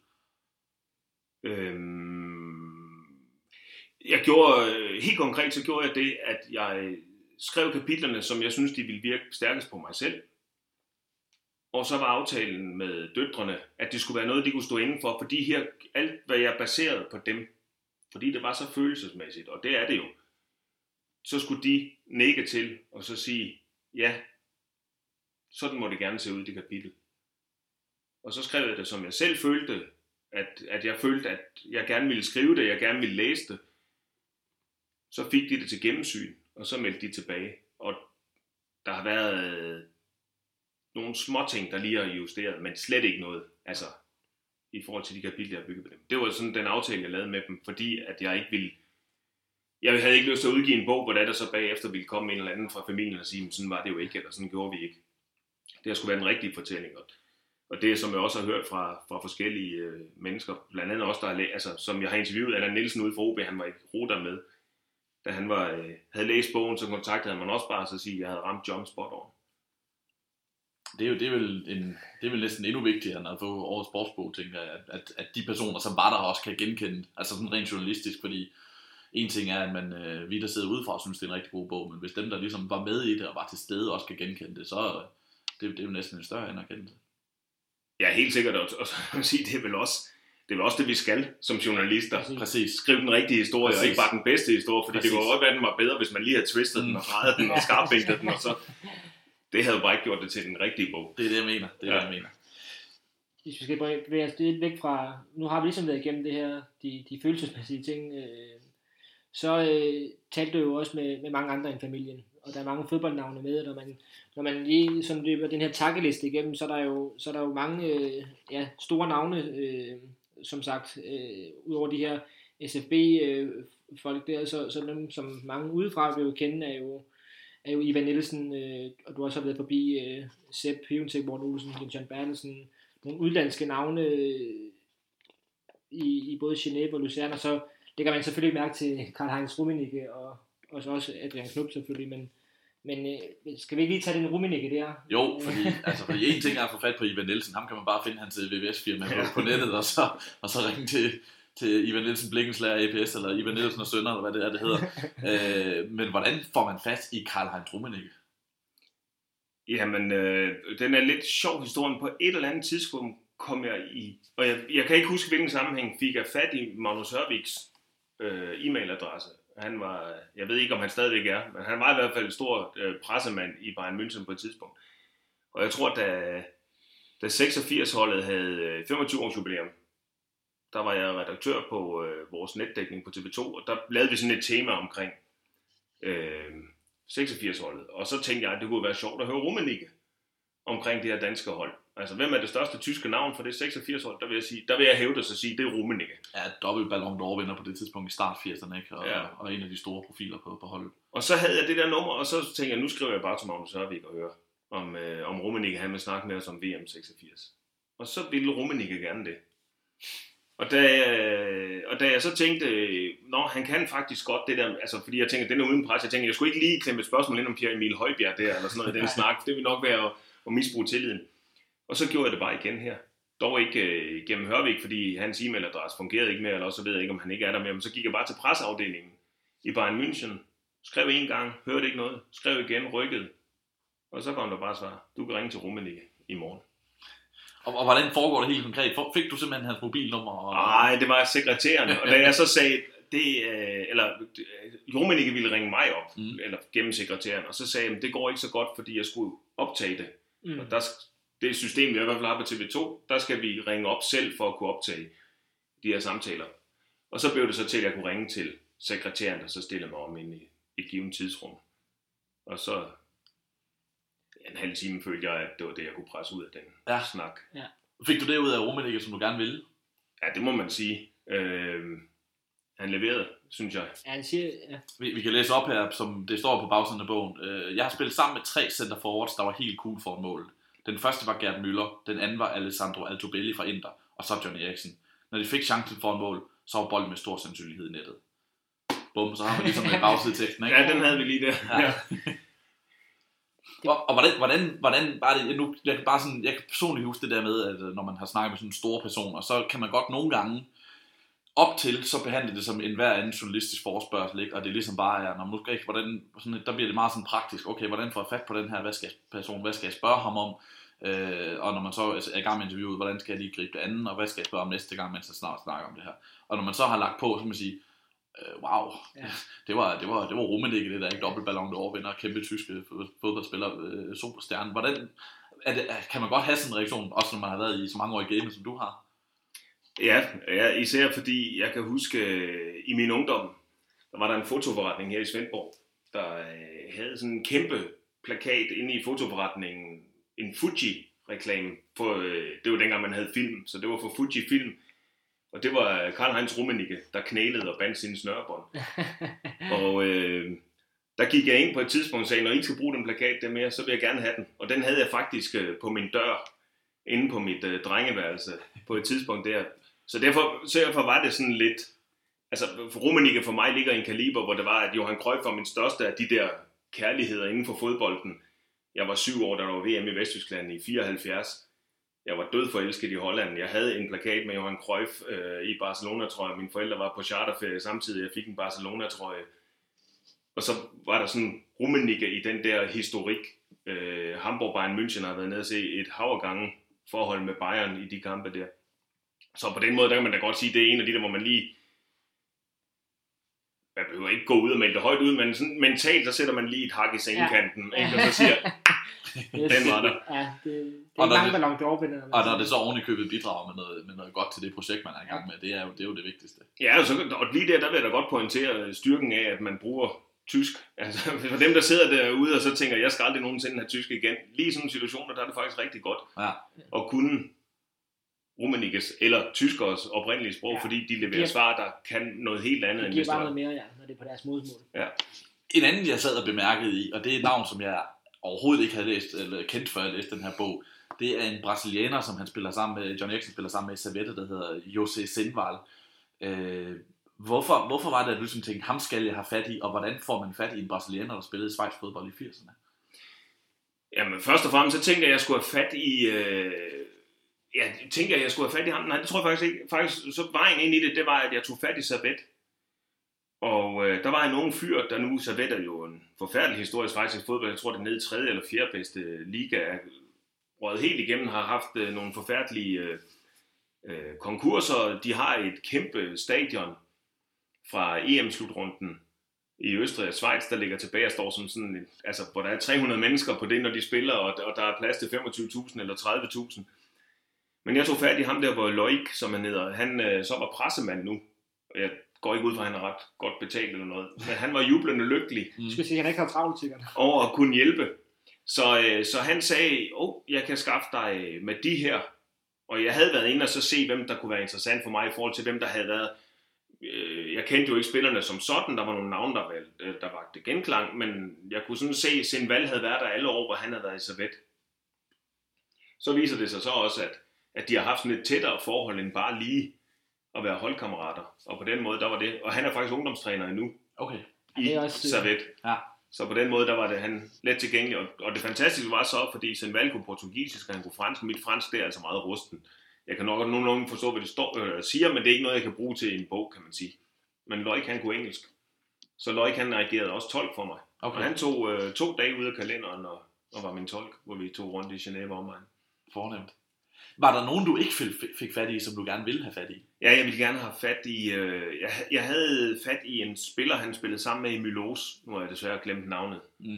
Speaker 3: Jeg gjorde helt konkret, så gjorde jeg det, at jeg skrev kapitlerne, som jeg synes de ville virke stærkest på mig selv. Og så var aftalen med døtrene, at det skulle være noget, de kunne stå indenfor, fordi her, alt hvad jeg baserede på dem, fordi det var så følelsesmæssigt, og det er det jo, så skulle de nikke til, og så sige, ja, sådan må det gerne se ud i det kapitel. Og så skrev jeg det, som jeg selv følte, at jeg følte, at jeg gerne ville skrive det, jeg gerne ville læse det. Så fik de det til gennemsyn, og så meldte de tilbage. Og der har været nogle små ting, der lige har justeret, men slet ikke noget, altså i forhold til de kapitler, jeg byggede på dem. Det var sådan den aftale, jeg lavede med dem, fordi at jeg havde ikke lyst til at udgive en bog, hvor der så bagefter ville komme en eller anden fra familien og sige, sådan var det jo ikke, eller sådan gjorde vi ikke. Det har skulle være den rigtige fortælling. Og det, som jeg også har hørt fra forskellige mennesker, blandt andet også, altså, som jeg har interviewet, Allan Nielsen ude fra OB, han var ikke Roda med, da han havde læst bogen, så kontaktede man også bare så at sige, at jeg havde ramt John spot on.
Speaker 2: Det er vel næsten endnu vigtigere, end at få årets sportsbog, tænker jeg, at de personer, som var der, også kan genkende, altså sådan rent journalistisk, fordi en ting er, at vi der sidder udefra, synes det er en rigtig god bog, men hvis dem, der ligesom var med i det og var til stede, også kan genkende det, så det er jo næsten en større anerkendelse.
Speaker 3: Ja, helt sikkert, og så kan man sige, det er vel også det, vi skal som journalister.
Speaker 2: Præcis.
Speaker 3: Skrive den rigtige historie, og ikke bare den bedste historie, fordi det kunne godt være, at den var bedre, hvis man lige havde twistet den og drejet den og skarpvinklet den, og så det havde jo bare ikke gjort det til den rigtige bog.
Speaker 2: Det er det, jeg mener.
Speaker 1: hvis vi skal bevæge os lidt væk fra, nu har vi ligesom været igennem det her, de følelsesmæssige ting, så talte du jo også med mange andre end familien, og der er mange fodboldnavne med, og når man lige sådan løber den her takkeliste igennem, så er der jo mange store navne, som sagt, udover de her SFB folk der, så dem, som mange udefra vil jo kende, er jo Ivan Nielsen, og du også har været forbi Sepp Piontek, Morten Olsen, Jens Bertelsen, nogle udlandske navne i både Genève og Lucerne, og så lægger man selvfølgelig mærke til Karl-Heinz Rummenigge og også Adrian Knop selvfølgelig, men skal vi ikke lige tage den Rummenigge der?
Speaker 2: Jo, fordi en ting er at få fat på Ivan Nielsen, ham kan man bare finde hans VVS-firma på nettet, og så ringe til Ivan Nielsen Blikkenslærer APS, eller Ivan Nielsen og Sønner, eller hvad det hedder. Men hvordan får man fast i Karl-Heinz Rummenigge?
Speaker 3: Jamen, den er lidt sjov historien. På et eller andet tidspunkt kom jeg i, og jeg kan ikke huske hvilken sammenhæng, fik jeg fat i Magnus Hørvigs e-mailadresse. Han var, jeg ved ikke om han stadigvæk er, men han var i hvert fald en stor pressemand i Bayern München på et tidspunkt. Og jeg tror, da 86-holdet havde 25 års jubilæum, der var jeg redaktør på vores netdækning på TV2, og der lavede vi sådan et tema omkring 86-holdet. Og så tænkte jeg, at det kunne være sjovt at høre Rummenigge omkring det her danske hold. Altså, hvem er det største tyske navn for det 86-hold? Der vil jeg hævde at sige, det er Rummenigge.
Speaker 2: Ja, dobbelt Ballon d'Or vinder på det tidspunkt i start 80'erne, ikke? Og en af de store profiler på holdet.
Speaker 3: Og så havde jeg det der nummer, og så tænkte jeg, nu skriver jeg bare til Magnus Hørvig og hører, om Rummenigge han vil snakke med os om VM 86. Og så ville Rummenigge gerne det. Og da jeg så tænkte, han kan faktisk godt det der, altså fordi jeg tænkte, den er uden pres, jeg skulle ikke lige klemme et spørgsmål ind om Pierre Emil Højbjerg der, eller sådan noget i den snak, det vil nok være at misbruge tilliden. Og så gjorde jeg det bare igen her. Dog ikke gennem Hørvig, fordi hans e-mailadresse fungerede ikke mere, eller også så ved jeg ikke, om han ikke er der mere, men så gik jeg bare til presseafdelingen i Bayern München, skrev en gang, hørte ikke noget, skrev igen, rykkede, og så kom der bare svar, du kan ringe til Rummenigge i morgen.
Speaker 2: Og hvordan foregår det helt konkret? Fik du simpelthen hans mobilnummer?
Speaker 3: Nej, det var sekretæren. Og da jeg så sagde, Rummenigge ville ringe mig op, eller gennem sekretæren, og så sagde jeg, det går ikke så godt, fordi jeg skulle optage det. Og det system, vi i hvert fald har på TV2, der skal vi ringe op selv for at kunne optage de her samtaler. Og så blev det så til, at jeg kunne ringe til sekretæren, der så stillede mig om ind i et givet tidsrum. Og så en halv time følte jeg, at det var det, jeg kunne presse ud af den snak.
Speaker 1: Ja.
Speaker 2: Fik du det ud af Rummenigge, som du gerne ville?
Speaker 3: Ja, det må man sige. Han leverede, synes jeg.
Speaker 1: Ja, han siger, ja.
Speaker 2: Vi kan læse op her, som det står på bagsiden af bogen. Jeg har spillet sammen med 3 center forwards, der var helt cool for et mål. Den første var Gerd Müller, den anden var Alessandro Altobelli fra Inter, og så Johnny Eriksen. Når de fik chancen for et mål, så var bolden med stor sandsynlighed i nettet. Bum, så har man ligesom en bagside teksten, ikke?
Speaker 3: Ja, den havde vi lige der. Ja.
Speaker 2: Og hvordan var det, jeg kan personligt huske det der med, at når man har snakket med sådan store personer, så kan man godt nogle gange op til, så behandle det som en hver anden journalistisk forespørgsel, ikke? Og det er ligesom bare, når man nu skal ikke, der bliver det meget sådan praktisk, okay, hvordan får jeg fat på den her, hvad skal jeg spørge ham om, og når man så er i gang med interviewet, hvordan skal jeg lige gribe det andet, og hvad skal jeg spørge om næste gang, mens jeg snart snakker om det her. Og når man så har lagt på, så kan man sige, wow, ja. det var Rummenigge, det der, ikke dobbelt Ballon d'Or vinder, kæmpe tyske fodboldspiller, superstjerne. Hvordan kan man godt have sådan en reaktion, også når man har været i så mange år i gamet, som du har?
Speaker 3: Ja, især fordi jeg kan huske, i min ungdom, der var der en fotoforretning her i Svendborg, der havde sådan en kæmpe plakat inde i fotoforretningen, en Fuji-reklame, det var dengang man havde film, så det var for Fuji Film, og det var Karl-Heinz Rummenigge, der knælede og bandt sine snørebånd. Og der gik jeg ind på et tidspunkt og sagde, når I skal bruge den plakat der mere, så vil jeg gerne have den. Og den havde jeg faktisk på min dør, inde på mit drengeværelse, på et tidspunkt der. Så derfor var det sådan lidt, altså Rummenigge for mig ligger i en kaliber, hvor det var, at Johan Cruyff var min største af de der kærligheder inden for fodbolden. Jeg var 7 år, da der var VM i Vesttyskland i 74. Jeg var død forelsket i Holland. Jeg havde en plakat med Johan Cruyff i Barcelona-trøje. Mine forældre var på charterferie samtidig. Jeg fik en Barcelona-trøje. Og så var der sådan Rummenigge i den der historik. Hamburg Bayern München har været nede og se et hav af gange forhold med Bayern i de kampe der. Så på den måde, der kan man da godt sige, det er en af de der, hvor man lige... Man behøver ikke gå ud og melde det højt ud, men sådan mentalt, så sætter man lige et hak i sengekanten. Ja. Og så siger, Den var der.
Speaker 1: Ja, det er ikke mange Ballon d'Or-vinder.
Speaker 2: Og når det så oven i købet bidrager med noget godt til det projekt, man er i gang med, det er jo det vigtigste.
Speaker 3: Ja, og lige der vil jeg da godt pointere styrken af, at man bruger tysk. Altså for dem, der sidder derude og så tænker, jeg skal aldrig nogensinde have tysk igen. Lige i sådan nogle situationer, der er det faktisk rigtig godt at kunne Rummenigges eller tyskers oprindelige sprog, fordi de leverer svar, der kan noget helt andet.
Speaker 1: Det giver bare noget mere, når det er på deres modersmål.
Speaker 3: Ja.
Speaker 2: En anden, jeg sad og bemærkede i, og det er et navn, som jeg overhovedet ikke havde læst, eller kendt før jeg læste den her bog, det er en brasilianer, som han spiller sammen med, John Eriksen spiller sammen med i Servette, der hedder José Senval. Hvorfor var det, at du ligesom tænkte, ham skal jeg have fat i, og hvordan får man fat i en brasilianer, der spillede i Schweiz fodbold i 80'erne?
Speaker 3: Jamen, først og fremmest, så tænkte jeg skulle have fat i... jeg skulle have fat i ham. Nej, det tror jeg faktisk ikke. Faktisk, så vejen ind i det var, at jeg tog fat i Servette. Og der var en ung fyr, der nu Servette er jo en forfærdelig historisk faktisk fodbold. Jeg tror, det er nede i 3. eller 4. bedste liga. Røget helt igennem, har haft nogle forfærdelige konkurser. De har et kæmpe stadion fra EM-slutrunden i Østrig og Schweiz, der ligger tilbage og står som sådan, altså, hvor der er 300 mennesker på det, når de spiller, og der er plads til 25.000 eller 30.000. Men jeg tog fat i ham der, hvor Loic, som han hedder, han så var pressemand nu. Jeg går ikke ud fra, at han er ret godt betalt eller noget. Men han var jublende lykkelig.
Speaker 1: Du skal sige, at han ikke har travlt, sikkert.
Speaker 3: Over at kunne hjælpe. Så han sagde, jeg kan skaffe dig med de her. Og jeg havde været inde og så se, hvem der kunne være interessant for mig i forhold til, hvem der havde været. Jeg kendte jo ikke spillerne som sådan. Der var nogle navne, der vagte genklang. Men jeg kunne sådan se, at Senval havde været der alle år, hvor han havde været i Servette. Så viser det sig så også, at de har haft sådan et tættere forhold end bare lige at være holdkammerater. Og på den måde, der var det. Og han er faktisk ungdomstræner endnu.
Speaker 2: Okay.
Speaker 3: I Servette.
Speaker 2: Ja.
Speaker 3: Så på den måde, der var det han let tilgængelig. Og det fantastiske var så, fordi Senval kunne portugisisk, og han kunne fransk. Mit fransk, det er altså meget rusten. Jeg kan nok nogenlunde forstå, hvad det siger, men det er ikke noget, jeg kan bruge til en bog, kan man sige. Men Loic, han kunne engelsk. Så Loic, han agerede også tolk for mig. Okay. Og han tog 2 dage ud af kalenderen og var min tolk, hvor vi tog rundt i Genève om mig.
Speaker 2: Fornemt. Var der nogen, du ikke fik fat i, som du gerne ville have fat i?
Speaker 3: Ja, jeg ville gerne have fat i... Jeg havde fat i en spiller, han spillede sammen med Emil Loos. Nu har jeg desværre glemt navnet.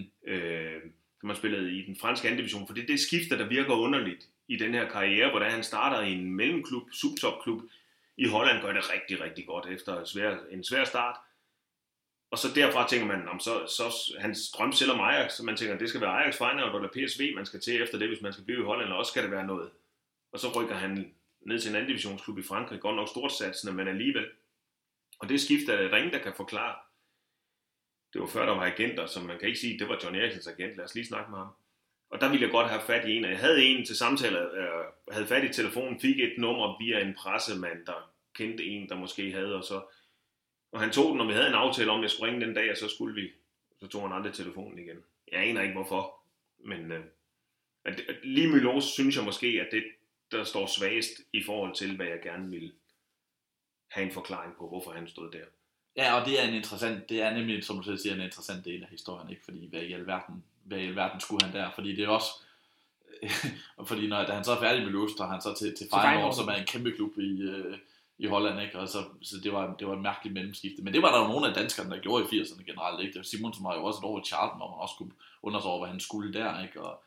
Speaker 3: Som han spillede i den franske anden division. For det skifter, der virker underligt i den her karriere, hvor han starter i en mellemklub, subtopklub i Holland, gør det rigtig, rigtig godt efter en svær start. Og så derfra tænker man, så hans drøm selv om Ajax, så man tænker, det skal være Ajax, Feyenoord eller PSV, man skal til efter det, hvis man skal blive i Holland, eller også skal det være noget. Og så rykker han ned til en anden divisionsklub i Frankrig, godt nok stort satsende, men alligevel. Og det skifter er der ingen, der kan forklare. Det var før, der var agenter, så man kan ikke sige, at det var John Eriksens agent. Lad os lige snakke med ham. Og der ville jeg godt have fat i en, og jeg havde en til samtale, havde fat i telefonen, fik et nummer via en pressemand, der kendte en, der måske havde, og han tog den, og vi havde en aftale om, at jeg skulle ringe den dag, og så tog han aldrig telefonen igen. Jeg aner ikke hvorfor, men lige Mylos synes jeg måske, at det, der står svagest i forhold til, hvad jeg gerne ville have en forklaring på, hvorfor han stod der.
Speaker 2: Ja, og det er nemlig, som du siger, en interessant del af historien, ikke? Fordi hvad i alverden skulle han der? Fordi det er også, fordi da han så er færdig med Løs, tager han så til Feyenoord, som er en kæmpe klub i Holland, ikke? Og så det var et mærkeligt mellemskifte. Men det var der jo nogle af danskerne, der gjorde i 80'erne generelt, ikke? Simonsen var jo også et år i Charlton, hvor man også kunne undre sig over, hvad han skulle der, ikke? Og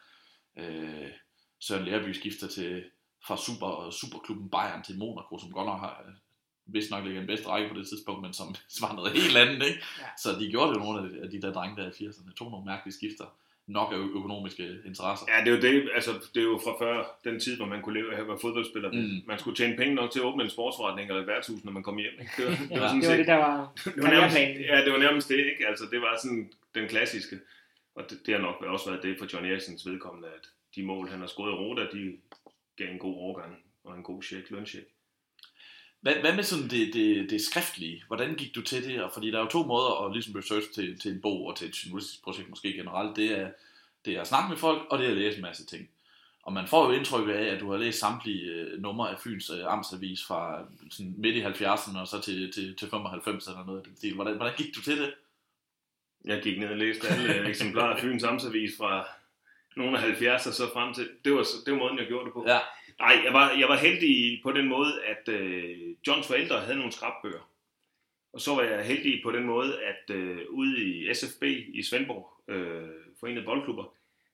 Speaker 2: Søren Lerby skifter fra superklubben Bayern til Monaco, som godt nok har vist nok ligger den bedste række på det tidspunkt, men som var noget helt andet, ikke? Ja. Så de gjorde det jo nogle af de der drenge der i 80'erne, tog nogle mærkelige skifter, nok af økonomiske interesser.
Speaker 3: Ja, det er jo det, altså det er jo fra før den tid, hvor man kunne leve af at være fodboldspiller. Man skulle tjene penge nok til at åbne en sportsforretning eller et værtshus, når man kom hjem, ikke? Det var det, der var karriereplanen. Ja, det var nærmest det, ikke? Altså det var sådan den klassiske, og det har nok også været det for John Eriksens vedkommende, at de mål, han har scoret i Roda, de gav en god overgang og en god løncheck.
Speaker 2: Hvad med sådan det skriftlige? Hvordan gik du til det? Fordi der er jo 2 måder at ligesom research til en bog og til et journalistisk projekt måske generelt. Det er at snakke med folk, og det er at læse en masse ting. Og man får jo indtryk af, at du har læst samtlige numre af Fyns Amtsavis fra sådan midt i 70'erne og så til 95 eller noget af den stil. Hvordan gik du til det?
Speaker 3: Jeg gik ned og læste alle eksemplarer af Fyns Amtsavis fra nogle af 70'erne så frem til. Det var måden, jeg gjorde det på. Ja. Nej, jeg var heldig på den måde, at Johns forældre havde nogle skrabbøger. Og så var jeg heldig på den måde, at ude i SFB i Svendborg, Forenede Boldklubber,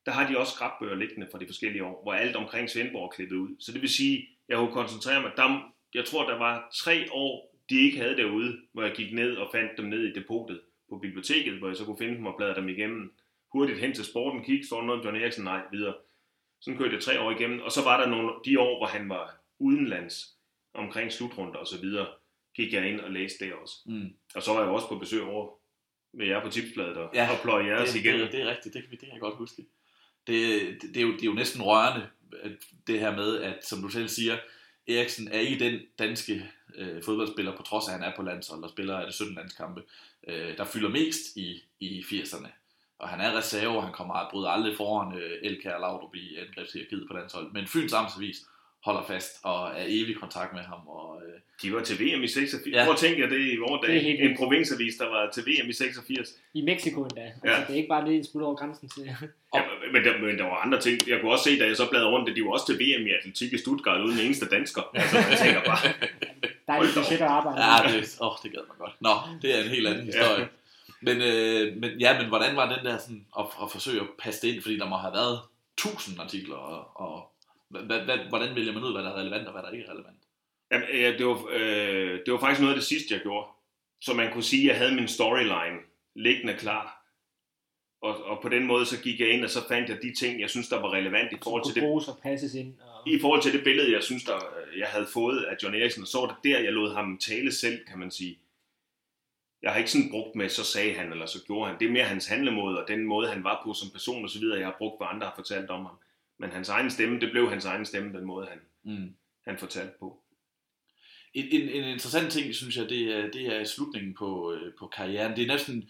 Speaker 3: der har de også scrapbøger liggende fra de forskellige år, hvor alt omkring Svendborg er klippet ud. Så det vil sige, jeg kunne koncentrere mig, jeg tror, der var 3 år, de ikke havde derude, hvor jeg gik ned og fandt dem ned i depotet på biblioteket, hvor jeg så kunne finde dem og bladre dem igennem. Hurtigt hen til sporten, kig, står der noget om John Eriksen, nej, videre. Sådan kørte jeg 3 år igennem, og så var der de år, hvor han var udenlands, omkring slutrunder og så videre, gik jeg ind og læste det også. Og så var jeg også på besøg over med jer på Tipsbladet og pløje jeres igen.
Speaker 4: Det er rigtigt, det kan jeg godt huske. Det er jo næsten rørende, det her med, at som du selv siger, Eriksen er ikke den danske fodboldspiller, på trods af at han er på landshold og spiller af det 17 landskampe, der fylder mest i 80'erne. Og han er reserve, og han bryder aldrig foran Elkjær Laudrup i angrebshierarkiet på landshold. Men Fyns Amtsavis holder fast og er evig kontakt med ham. Og,
Speaker 3: de var til VM i 86. Hvor tænker jeg det i vores dag? En provinsavis, der var til VM i 86.
Speaker 1: I Mexico endda. Altså, det er ikke bare det, smut over grænsen til.
Speaker 3: Men der var andre ting. Jeg kunne også se, da jeg så bladrede rundt, at de var også til VM i atletik i Stuttgart, uden en eneste dansker. Altså, jeg tænker bare...
Speaker 1: Der er et budget at arbejde.
Speaker 4: Ja, det gad man godt. Nå, det er en helt anden historie. Men hvordan var den der sådan, at forsøge at passe det ind, fordi der må have været 1000 artikler, og hvordan vælger man ud, hvad der er relevant, og hvad der ikke er relevant?
Speaker 3: Jamen, det var faktisk noget af det sidste, jeg gjorde. Så man kunne sige, at jeg havde min storyline liggende klar. Og på den måde, så gik jeg ind, og så fandt jeg de ting, jeg synes, der var relevant i forhold til det.
Speaker 1: Og passes ind.
Speaker 3: I forhold til det billede, jeg synes, jeg havde fået af John Eriksen, og så var det der, jeg lod ham tale selv, kan man sige. Jeg har ikke sådan brugt med, så sagde han, eller så gjorde han. Det er mere hans handlemåde, og den måde, han var på som person og så videre, jeg har brugt, hvad andre har fortalt om ham. Men hans egen stemme, det blev hans egen stemme, den måde, han fortalte på.
Speaker 4: En interessant ting, synes jeg, det er slutningen på karrieren. Det er næsten...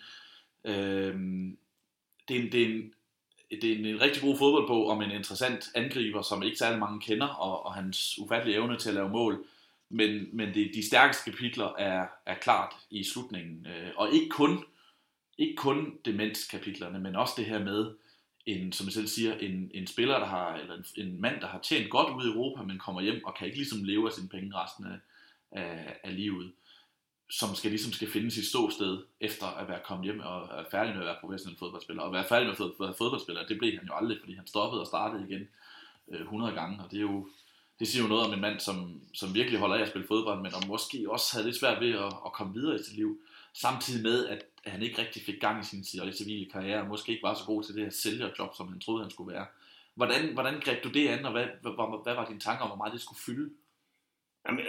Speaker 4: Det er en rigtig god fodboldbog om en interessant angriber, som ikke særlig mange kender, og hans ufattelige evne til at lave mål. Men de stærkeste kapitler er klart i slutningen. Og ikke kun demenskapitlerne, men også det her med, som jeg selv siger, en spiller, eller en mand, der har tjent godt ud i Europa, men kommer hjem og kan ikke ligesom leve af sine penge resten af livet. Som skal finde sit ståsted efter at være kommet hjem og er færdig med at være professionel fodboldspiller. Og være færdig med at være fodboldspiller, det blev han jo aldrig, fordi han stoppede og startede igen 100 gange. Og det siger jo noget om en mand, som virkelig holder af at spille fodbold, men og måske også havde lidt svært ved at komme videre i sit liv. Samtidig med, at han ikke rigtig fik gang i sin civile karriere, og måske ikke var så god til det her sælgerjob, som han troede, han skulle være. Hvordan greb du det an, og hvad var dine tanker om, hvor meget det skulle fylde?
Speaker 3: Jamen,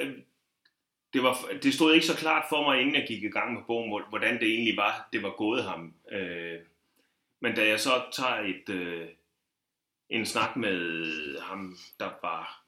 Speaker 3: det stod ikke så klart for mig, inden jeg gik i gang med bogen, hvordan det egentlig var, det var gået ham. Men da jeg så tager en snak med ham, der var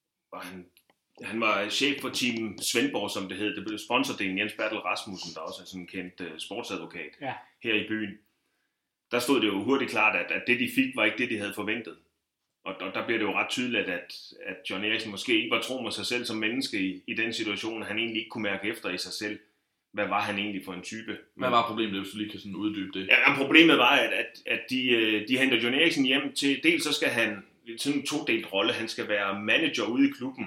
Speaker 3: han var chef for team Svendborg, som det hed. Det blev sponsordelen Jens Bertel Rasmussen, der også er sådan en kendt sportsadvokat her i byen. Der stod det jo hurtigt klart, at det de fik, var ikke det, de havde forventet. Og der bliver det jo ret tydeligt, at John Eriksen måske ikke var tro med sig selv som menneske i den situation, han egentlig ikke kunne mærke efter i sig selv. Hvad var han egentlig for en type?
Speaker 4: Hvad var problemet, hvis du lige kan sådan uddybe det?
Speaker 3: Ja, problemet var, at de henter John Eriksen hjem til, dels så skal han sådan en todelt rolle, han skal være manager ude i klubben.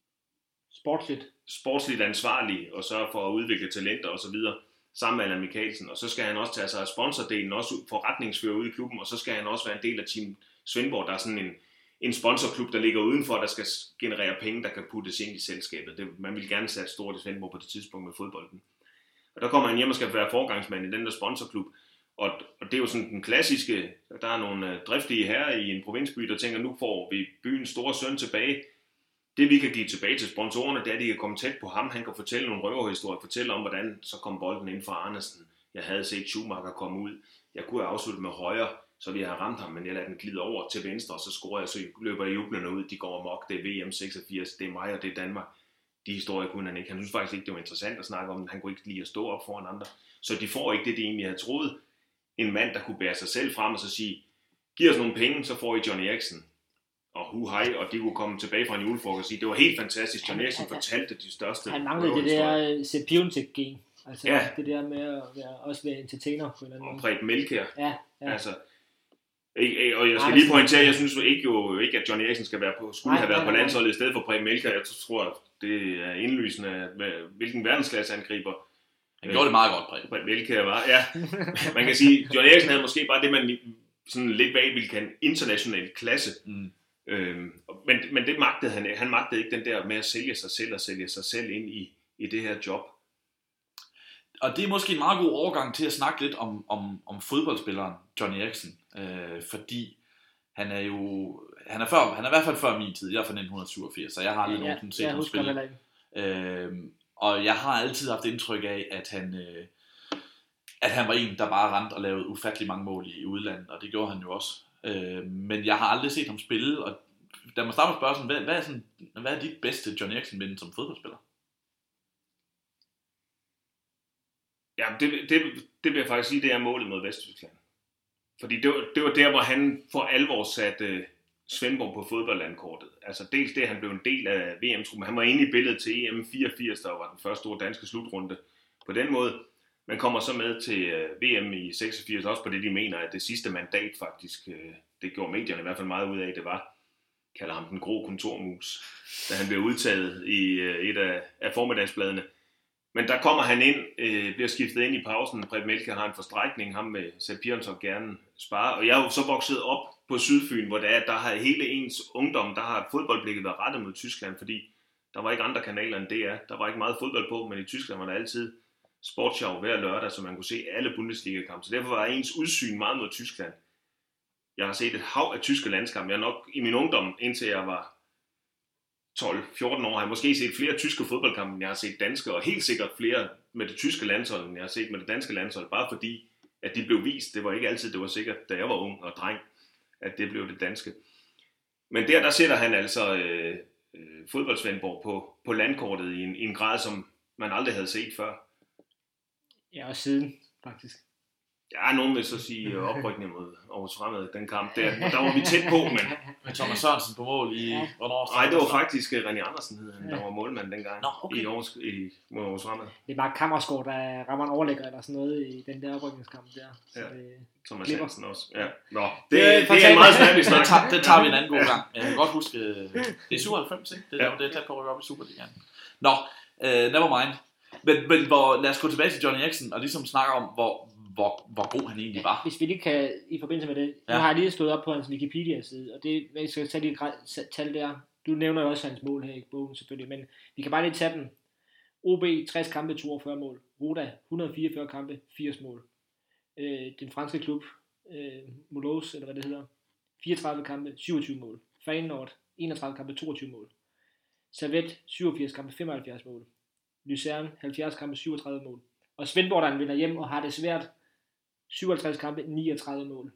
Speaker 3: Sportsligt ansvarlig, og sørge for at udvikle talenter og så videre, sammen med Allan Mikkelsen. Og så skal han også tage sig af sponsordelen, også forretningsfører ude i klubben, og så skal han også være en del af Team Svendborg, der er sådan en sponsorklub, der ligger udenfor, der skal generere penge, der kan puttes ind i selskabet. Man vil gerne sætte stort i Svendborg på det tidspunkt med fodbolden. Og der kommer han hjem og skal være forgangsmand i den der sponsorklub. Og det er jo sådan den klassiske, der er nogle driftige herrer i en provinsby, der tænker, nu får vi byens store søn tilbage. Det vi kan give tilbage til sponsorerne, det er, at de kan komme tæt på ham. Han kan fortælle nogle røverhistorier, fortælle om, hvordan så kom bolden ind fra Andersen. Jeg havde set Schumacher komme ud. Jeg kunne have afsluttet med højre, så vi har ramt ham, men jeg lader den glide over til venstre, og så scorer jeg, så løber jeg jublende ud. De går amok, det er VM 86, det er mig, og det er Danmark. De historier kunne han ikke. Han synes faktisk ikke, det var interessant at snakke om. Han kunne ikke lide at stå op foran andre. Så de får ikke det, de egentlig havde troet. En mand, der kunne bære sig selv frem og så sige, giv os nogle penge, så får I John Eriksen. Og hej, og de kunne komme tilbage fra en julefrokost og sige, det var helt fantastisk. John Eriksen fortalte de største.
Speaker 1: Han manglede det der Sepp Piontek-gen. Altså det der med at også være entertainer på en eller anden måde.
Speaker 3: Og Preben Melkjær.
Speaker 1: Ja.
Speaker 3: Altså, og jeg skal lige pointere, jeg synes ikke, at John Eriksen skulle have været på landsholdet i stedet for Preben Melkjær. Jeg tror, det er indlysende, hvilken verdensklasse angriber.
Speaker 4: Han gjorde det meget godt,
Speaker 3: Preben Melkjær var. Ja, man kan sige, John Eriksen havde måske bare det, man sådan lidt, hvad vi kan international klasse. Men det magtede han magtede ikke den der med at sælge sig selv og sælge sig selv ind i det her job.
Speaker 4: Og det er måske en meget god overgang til at snakke lidt om fodboldspilleren Johnny Eriksen, fordi han er i hvert fald før min tid. Jeg er fra 1987, så jeg har aldrig nogensinde set ham spille. Og jeg har altid haft indtryk af, at han var en, der bare rendte og lavede ufattelig mange mål i udlandet, og det gjorde han jo også. Men jeg har aldrig set ham spille, og da man starter med spørgsmålet, hvad er dit bedste Johnny Eriksen-minde som fodboldspiller?
Speaker 3: Ja, det vil jeg faktisk sige, det er målet mod Vesttyskland. Fordi det var der, hvor han for alvor satte Svendborg på fodboldlandkortet. Altså dels det, han blev en del af VM-truppen. Han var inde i billedet til EM 84, der var den første store danske slutrunde. På den måde, man kommer så med til VM i 86, også på det, de mener, at det sidste mandat faktisk, det gjorde medierne i hvert fald meget ud af, det var, kalder ham den grå kontormus, da han blev udtaget i et af formiddagsbladene. Men der kommer han ind, bliver skiftet ind i pausen. Preben Melchior har en forstrækning, ham med Sepp Pirnsov gerne spare. Og jeg er jo så vokset op på Sydfyn, hvor der har hele ens ungdom, der har fodboldblikket været rettet mod Tyskland, fordi der var ikke andre kanaler end DR. Der var ikke meget fodbold på, men i Tyskland var der altid sportsshow hver lørdag, så man kunne se alle Bundesliga-kampe. Så derfor var ens udsyn meget mod Tyskland. Jeg har set et hav af tyske landskampe. Jeg nok i min ungdom, indtil jeg var 12-14 år, har jeg måske set flere tyske fodboldkampe, end jeg har set danske, og helt sikkert flere med det tyske landshold, end jeg har set med det danske landshold, bare fordi, at de blev vist. Det var ikke altid, det var sikkert, da jeg var ung og dreng, at det blev det danske. Men der sætter han altså fodboldsvendborg på landkortet i en grad, som man aldrig havde set før.
Speaker 1: Ja, og siden, faktisk.
Speaker 3: Ja, nogen vil så sige oprykning mod Aarhus Fremad, den kamp der. Der var vi tæt på, men...
Speaker 4: Med Thomas Sørensen på mål i...
Speaker 3: Nej, det var faktisk René Andersen, der var målmand dengang.
Speaker 4: Nå, okay.
Speaker 3: Mod Aarhus Fremad.
Speaker 1: Det er bare Kammersgaard, der rammer en overlægger eller sådan noget i den der oprykningskamp der. Så
Speaker 3: ja.
Speaker 1: det
Speaker 3: Thomas
Speaker 1: klipper.
Speaker 3: Hansen også. Ja. Nå, det er en meget snabelig snak.
Speaker 4: Den tager vi en anden god gang. Jeg kan godt huske... Det er 97, ikke? Det er tæt på at rykke op i Superligaen. Nå, never mind. Men lad os gå tilbage til Johnny Eriksen og ligesom snakke om, hvor god han egentlig var.
Speaker 1: Hvis vi lige kan, i forbindelse med det, nu har jeg lige stået op på hans Wikipedia-side, og det, jeg skal tage de tal der, du nævner jo også hans mål her i bogen selvfølgelig, men vi kan bare lige tage dem. OB 60 kampe, 42 mål. Roda 144 kampe, 80 mål. Den franske klub, Mulhouse, eller hvad det hedder, 34 kampe, 27 mål. Feyenoord 31 kampe, 22 mål. Servette 87 kampe, 75 mål. Luzern 70 kampe, 37 mål. Og Svendborg, der vinder hjem og har det svært, 57 kampe, 39 mål.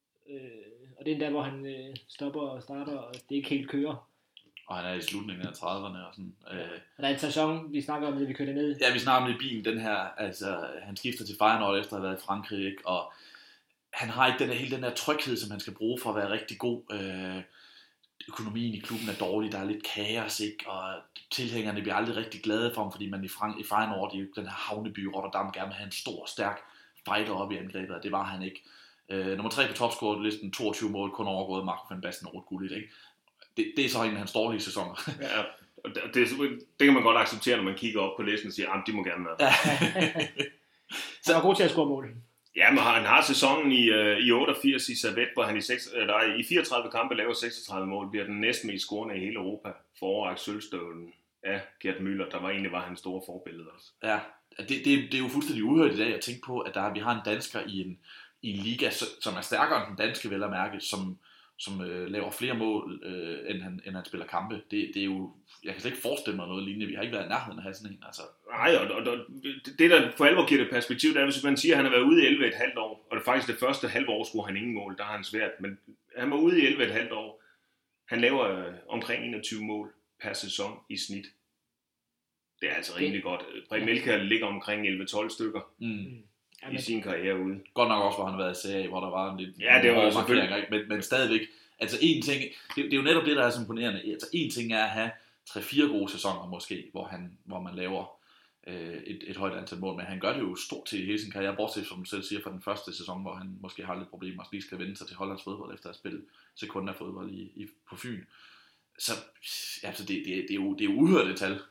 Speaker 1: Og det er der, hvor han stopper og starter, og det ikke helt kører.
Speaker 4: Og han er i slutningen af 30'erne og sådan.
Speaker 1: Og der er en sæson, vi snakker om det, vi kører ned.
Speaker 4: Ja, vi snakker om det i bilen, den her, altså han skifter til Feyenoord efter at have været i Frankrig, ikke? Og han har ikke hele den der tryghed, som han skal bruge for at være rigtig god. Økonomien i klubben er dårlig, der er lidt kaos, ikke? Og tilhængerne bliver aldrig rigtig glade for ham, fordi man i Feyenoord, i den her havneby Rotterdam, gerne vil have en stor, stærk fighter op i angrebet, og det var han ikke. Nummer 3 på topscore-listen, 22 mål, kun overgået Marco van Basten og Ruud Gullit, ikke? Det er så en af hans dårlige sæsoner. Ja,
Speaker 3: og det kan man godt acceptere, når man kigger op på listen og siger, at de må gerne være.
Speaker 1: Ja. Så han var god til at score mål.
Speaker 3: Ja, men han har sæsonen i 88 i Servette, hvor han i 34 kampe laver 36 mål, bliver den næsten mest scorende i hele Europa, for overræk sølvstøvlen af Gerd Müller, der egentlig var hans store forbillede også.
Speaker 4: Ja, det er jo fuldstændig uhørt i dag at tænke på, at vi har en dansker i en liga, som er stærkere end den danske, vel at mærke, som laver flere mål, end han spiller kampe. Det er jo, jeg kan slet ikke forestille mig noget lignende. Vi har ikke været i nærheden af at have sådan en. Altså.
Speaker 3: Nej, og det der for alvor giver det perspektiv, det er, hvis man siger, at han har været ude i 11,5 år, og det faktisk det første halve år skulle han ingen mål, der har han svært, men han var ude i 11,5 år. Han laver omkring 21 mål per sæson i snit. Det er altså rimelig godt. Preben Melchior ligger omkring 11-12 stykker. I sin karriere ude.
Speaker 4: Godt nok også, hvor han har været i serie, hvor der var en lidt...
Speaker 3: Ja, det var selvfølgelig.
Speaker 4: Men stadigvæk, altså en ting, det er jo netop det, der er så imponerende. Altså en ting er at have 3-4 gode sæsoner måske, hvor man laver et højt antal mål, men han gør det jo stort til hele sin karriere, bortset som du selv siger, fra den første sæson, hvor han måske har lidt problemer og lige skal vende sig til Hollands fodbold, efter at spille sekundærfodbold på Fyn. Så altså, det er jo uhørte tal.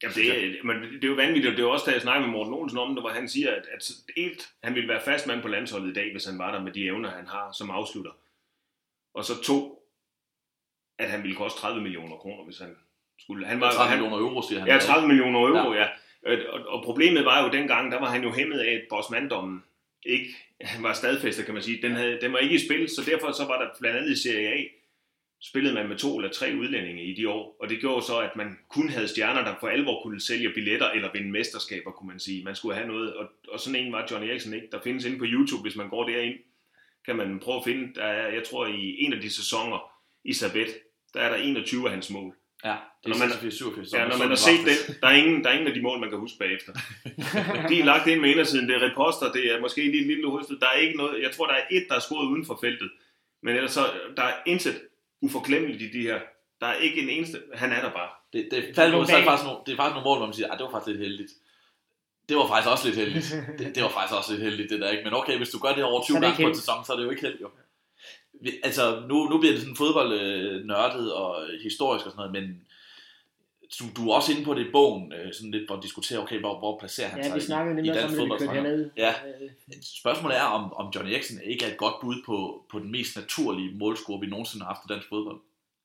Speaker 3: Ja, det er jo vanvittigt, og det er også, da jeg snakker med Morten Olsen om det, hvor han siger, at han ville være fast mand på landsholdet i dag, hvis han var der med de evner, han har som afslutter. Og så 2, at han ville koste 30 millioner kroner, hvis han skulle.
Speaker 4: 30 millioner euro, siger han.
Speaker 3: Ja, 30 millioner euro, ja. Og problemet var jo dengang, der var han jo hæmmet af, at bossmanddommen ikke var stadfæstet, kan man sige. Den var ikke i spil, så derfor så var der blandt andet i Serie A, spillede man med 2 eller 3 udlændinge i de år, og det gjorde så, at man kun havde stjerner, der for alvor kunne sælge billetter eller vinde mesterskaber, kunne man sige. Man skulle have noget, og sådan en var Johnny Eriksen ikke. Der findes inde på YouTube, hvis man går derind, kan man prøve at finde, der er, jeg tror i en af de sæsoner i Sabet, der er der 21 af hans mål.
Speaker 4: Ja, det er 87.
Speaker 3: Ja, når man har set den, der er ingen af de mål, man kan huske bagefter. De er lagt ind med indersiden, det er reposter, det er måske en lille hovedstød. Der er ikke noget, jeg tror, der er et, der er scoret uden for feltet. Men ellers så, der er intet uforklemmeligt i de her. Der er ikke en eneste, han er der bare.
Speaker 4: Det er faktisk nogle mål, hvor man siger, det var faktisk lidt heldigt. Det var faktisk også lidt heldigt. Det var faktisk også lidt heldigt, det der, ikke? Men okay, hvis du gør det over 20 gange på en sæson, så er det jo ikke heldigt, jo. Altså, nu bliver det sådan fodboldnørdet og historisk og sådan noget, men du er også inde på det i bogen, sådan lidt for at diskutere, okay, hvor placerer han sig i dansk fodbold. Ja. Spørgsmålet er, om Johnny Eriksen ikke er et godt bud på den mest naturlige målscorer, vi nogensinde har haft i dansk fodbold.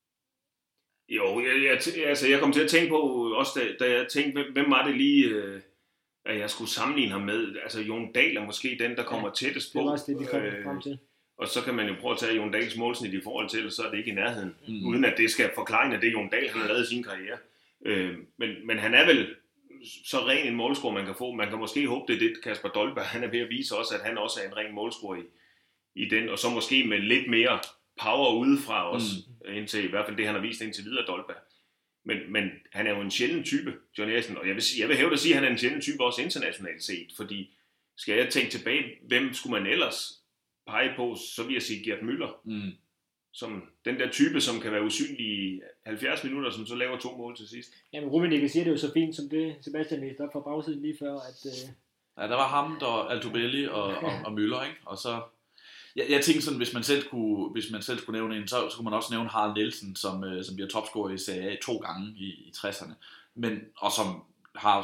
Speaker 3: Jo, jeg kom til at tænke på, også da jeg tænkte, hvem var det lige, at jeg skulle sammenligne ham med. Altså, Jon Dahl er måske den, der kommer tættest på.
Speaker 1: Det var også det, vi kom frem til.
Speaker 3: Og så kan man jo prøve at tage Jon Dahls målsnit i forhold til, så er det ikke i nærheden. Uden at det skal forklare, at det er Jon Dahl, han har lavet i sin karriere. Men han er vel så ren en målscorer, man kan få. Man kan måske håbe, det er det, Kasper Dolberg, han er ved at vise også, at han også er en ren målscorer i den. Og så måske med lidt mere power udefra også, indtil i hvert fald det, han har vist indtil videre, Dolberg. Men han er jo en sjælden type, Johnny Eriksen. Og jeg vil hæve at sige, at han er en sjælden type også internationalt set. Fordi skal jeg tænke tilbage, hvem skulle man ellers pege på, så vil jeg sige Gerd Müller. Som den der type, som kan være usynlig i 70 minutter, som så laver 2 mål til sidst.
Speaker 1: Jamen Rummenigge siger det jo så fint, som det Sebastian læste op fra bagsiden lige før, at...
Speaker 4: Ja, der var ham, der Altobelli og Müller, ikke? Og så... Jeg tænker sådan, hvis man selv skulle nævne en, så kunne man også nævne Harald Nielsen, som bliver topscorer i Serie A 2 gange i 60'erne. Og som har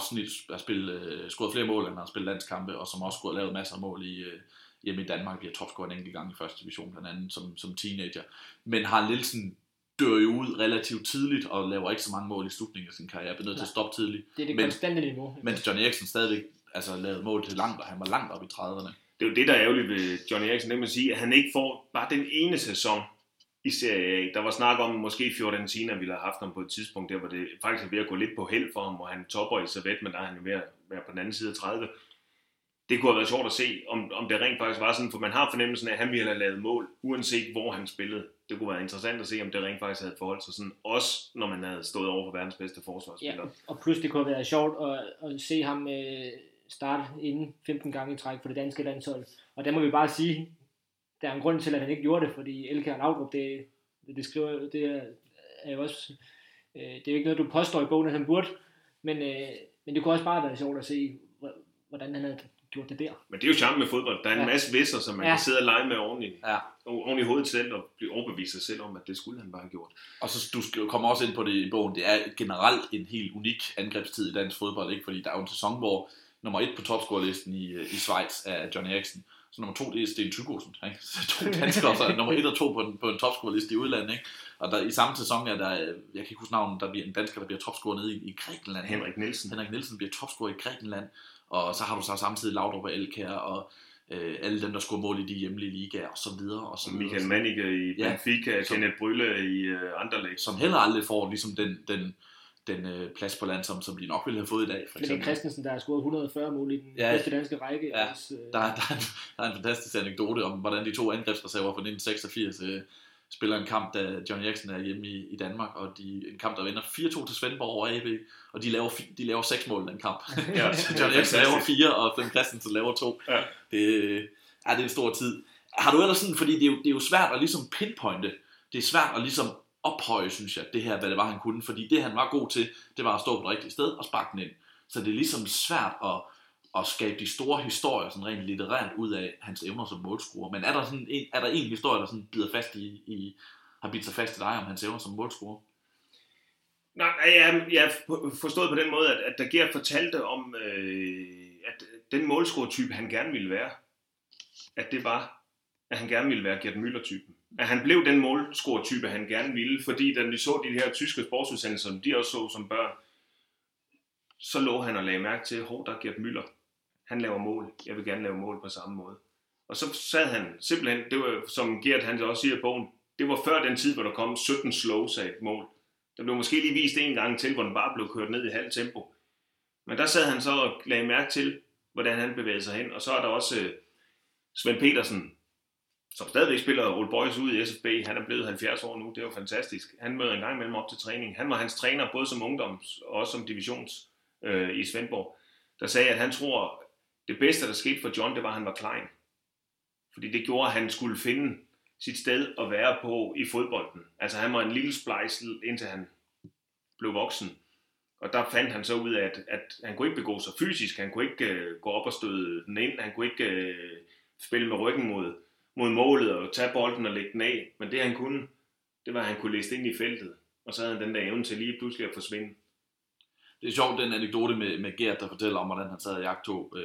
Speaker 4: scoret flere mål, end han har spillet landskampe, og som også skulle have lavet masser af mål hjemme i Danmark, bliver topscorer en enkelt gang i første division, blandt andet som teenager. Men Harald Nielsen dør jo ud relativt tidligt, og laver ikke så mange mål i slutningen af sin karriere, bliver nødt til at stoppe tidligt.
Speaker 1: Det er det konstante niveau.
Speaker 4: Mens Johnny Eriksen stadigvæk lavede mål til langt, og han var langt op i 30'erne.
Speaker 3: Det er jo det, der er ærgerligt ved Johnny Eriksen, det man sige, at han ikke får bare den ene sæson i Serie A. Der var snak om, måske Fiorentina ville have haft ham på et tidspunkt, der hvor det faktisk er ved at gå lidt på held for ham, hvor han topper i Servette, men der er han jo ved at være på den anden side af 30. Det kunne have været sjovt at se, om det rent faktisk var sådan, for man har fornemmelsen af, at han ville have lavet mål, uanset hvor han spillede. Det kunne være interessant at se, om det rent faktisk havde forholdt sig sådan, også når man havde stået over for verdens bedste forsvarsspiller.
Speaker 1: Ja, og plus det kunne have været sjovt at se ham starte inden 15 gange i træk for det danske landshold. Og der må vi bare sige, der er en grund til, at han ikke gjorde det, fordi Elkjær Laudrup, det skriver, det er jo også, det er jo ikke noget, du påstår i bogen, at han burde, men det kunne også bare være sjovt at se, hvordan han havde gjort det der.
Speaker 3: Men det er jo charme med fodbold. Der er en masse visser, som man kan sidde og lege med oven i hovedet selv, og blive overbevist sig selv om, at det skulle han bare have gjort. Og så
Speaker 4: du kommer også ind på det i bogen, det er generelt en helt unik angrebstid i dansk fodbold, ikke? Fordi der er jo en sæson, hvor nummer 1 på topscorelisten i Schweiz er Johnny Eriksen. Så nummer 2, det er Sten Thygosen. Ikke? Så 2 danskere, så nummer 1 og 2 på en topscoreliste i udlandet. Ikke? Og der, i samme sæson er der, jeg kan ikke huske navnet, der bliver en dansker, der bliver topscorer nede i Grækenland.
Speaker 3: Henrik Nielsen
Speaker 4: bliver topscorer i Grækenland. Og så har du så samtidig Laudrup og Elkjær og alle dem, der scorer mål i de hjemlige ligaer og så videre. Og så videre.
Speaker 3: Michael Mannicke i Benfica, Kenneth Brylle i Anderlecht.
Speaker 4: Som heller aldrig får ligesom den plads på land, som de nok ville have fået i dag. For
Speaker 1: eksempel. Men Christensen, der har scoret 140 mål i den bedste danske række.
Speaker 4: Ja, der er en fantastisk anekdote om, hvordan de 2 angrebsreserver fra 1986 spiller en kamp, da Johnny Eriksen er hjemme i Danmark, og en kamp, der vinder 4-2 til Svendborg over AB, og de laver 6 mål i den kamp. Ja, Johnny Eriksen laver 4, og Flemming Christensen laver 2. Ja. Det er en stor tid. Har du ellers sådan, fordi det er jo svært at ligesom pinpointe, det er svært at ligesom ophøje, synes jeg, det her, hvad det var, han kunne. Fordi det, han var god til, det var at stå på det rigtige sted og sparke den ind. Så det er ligesom svært at skabe de store historier, sådan rent litterært, ud af hans evner som målscorer. Men er der en historie, der sådan bider fast har bidt sig fast i dig om hans evner som målscorer?
Speaker 3: Nej, jeg forstod på den måde, at der Gert fortalte om, at den målscoretype, han gerne ville være, at det var, at han gerne ville være Gerd Müller-typen. At han blev den målscoretype, han gerne ville, fordi da vi så de her tyske sportsudsendelser, som de også så som børn, så lå han og lagde mærke til, der er Gerd Müller. Han laver mål. Jeg vil gerne lave mål på samme måde. Og så sad han simpelthen, det var som Gert han også siger i bogen, det var før den tid, hvor der kom 17 slows af et mål. Der blev måske lige vist en gang til, hvor den bare blev kørt ned i halv tempo. Men der sad han så og lagde mærke til, hvordan han bevægede sig hen. Og så er der også Svend Petersen, som stadigvæk spiller Old Boys ud i SFB. Han er blevet 70 år nu, det er jo fantastisk. Han møder en gang imellem op til træning. Han var hans træner, både som ungdoms og også som divisions i Svendborg. Der sagde, at han tror, det bedste, der skete for John, det var, at han var klein. Fordi det gjorde, at han skulle finde sit sted at være på i fodbolden. Altså han var en lille splejsel, indtil han blev voksen. Og der fandt han så ud af, at han kunne ikke begå sig fysisk, han kunne ikke gå op og støde den ind, han kunne ikke spille med ryggen mod målet og tage bolden og lægge den af. Men det han kunne, det var, at han kunne læse ind i feltet. Og så havde han den der evne til lige pludselig at forsvinde.
Speaker 4: Det er sjovt, den anekdote med Gert, der fortæller om, hvordan han sad i jagttog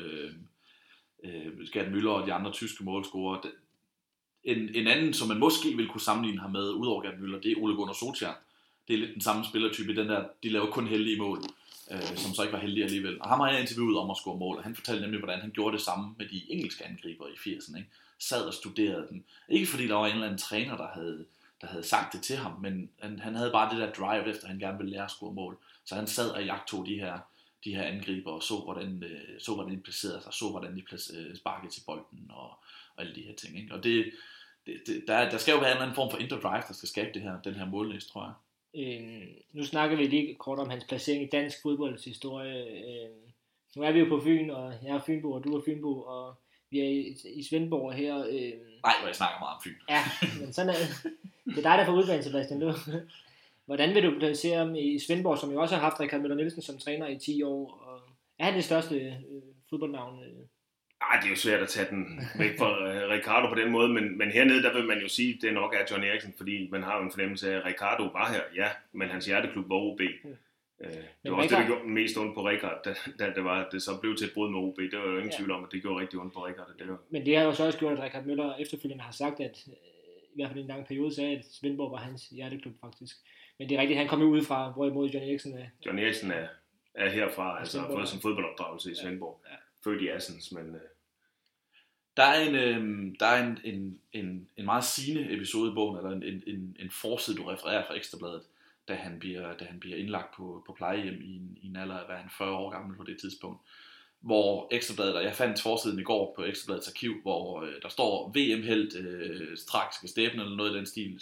Speaker 4: Gerd Müller og de andre tyske målscorer. En anden, som man måske ville kunne sammenligne ham med, udover Gerd Müller, det er Ole Gunnar Solskjaer. Det er lidt den samme spillertype, den der, de laver kun heldige mål, som så ikke var heldige alligevel. Og ham har jeg interviewet om at score mål, og han fortalte nemlig, hvordan han gjorde det samme med de engelske angriber i 80'erne. Ikke? Sad og studerede dem. Ikke fordi der var en eller anden træner, der havde sagt det til ham, men han havde bare det der drive efter, han gerne ville lære at score mål. Så han sad og jagtog de her angriber og så, hvordan de placerede sig, så, hvordan de sparkede til bolden og alle de her ting. Ikke? Og der skal jo være en eller anden form for indre drive, der skal skabe den her mållæs, tror jeg.
Speaker 1: Nu snakker vi lige kort om hans placering i dansk fodboldshistorie. Nu er vi jo på Fyn, og jeg er Fynbo, og du er Fynbo, og vi er i Svendborg her.
Speaker 4: Nej, hvor jeg snakker meget om Fyn.
Speaker 1: Ja, men sådan er det er dig, der får udbanen, Sebastian. Hvordan vil du placere ham i Svendborg, som jo også har haft Richard Møller Nielsen som træner i 10 år? Og er han det største fodboldnavn?
Speaker 3: Det er jo svært at tage den væk fra Ricardo på den måde, men hernede, der vil man jo sige, at det nok er John Eriksen, fordi man har jo en fornemmelse af, at Ricardo var her, ja, men hans hjerteklub var OB. Det var også det, der gjorde mest ondt på Richard, da det så blev til et brud med OB. Det var jo ingen tvivl om, at det gjorde rigtig ondt på Richard.
Speaker 1: Men det har jo så også gjort, at Richard Møller efterfølgende har sagt, at i hvert fald en lang periode sagde, at Svendborg var hans hjerteklub faktisk. Men det er rigtigt, han kom jo ud fra, hvorimod John Eriksen er.
Speaker 3: John Eriksen er herfra, altså har fået som fodboldopdragelse i Svendborg. Ja. Født i Assens, men...
Speaker 4: Der er en meget sigende episode i bogen, eller en forside, du refererer fra Ekstrabladet, da han bliver indlagt på plejehjem i en alder af 40 år gammel på det tidspunkt, hvor Ekstrabladet, og jeg fandt forsiden i går på Ekstrabladets arkiv, hvor der står VM-helt straks ved stæben, eller noget i den stil,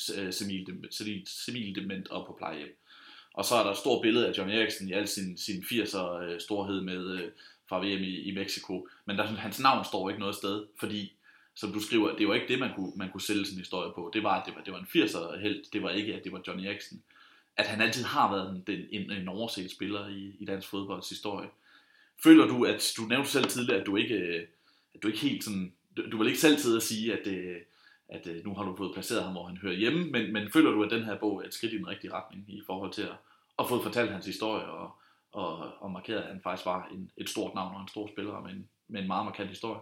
Speaker 4: senildement op på plejehjem. Og så er der et stort billede af John Eriksen i al sin 80'er storhed med... fra VM i Mexico, men hans navn står ikke noget sted, fordi, som du skriver, det var ikke det, man kunne sælge sin historie på. Det var, at det var en 80'er helt, det var ikke, at det var John Eriksen. At han altid har været en overset spiller i dansk fodbolds historie. Føler du, at du nævnte selv tidligere, at du ikke helt sådan, du vil ikke selv sidde og sige, at nu har du fået placeret ham, hvor han hører hjemme, men føler du, at den her bog er et skridt i den rigtige retning i forhold til at få fortalt hans historie og markeret, at han faktisk var et stort navn og en stor spiller med en meget markant historie?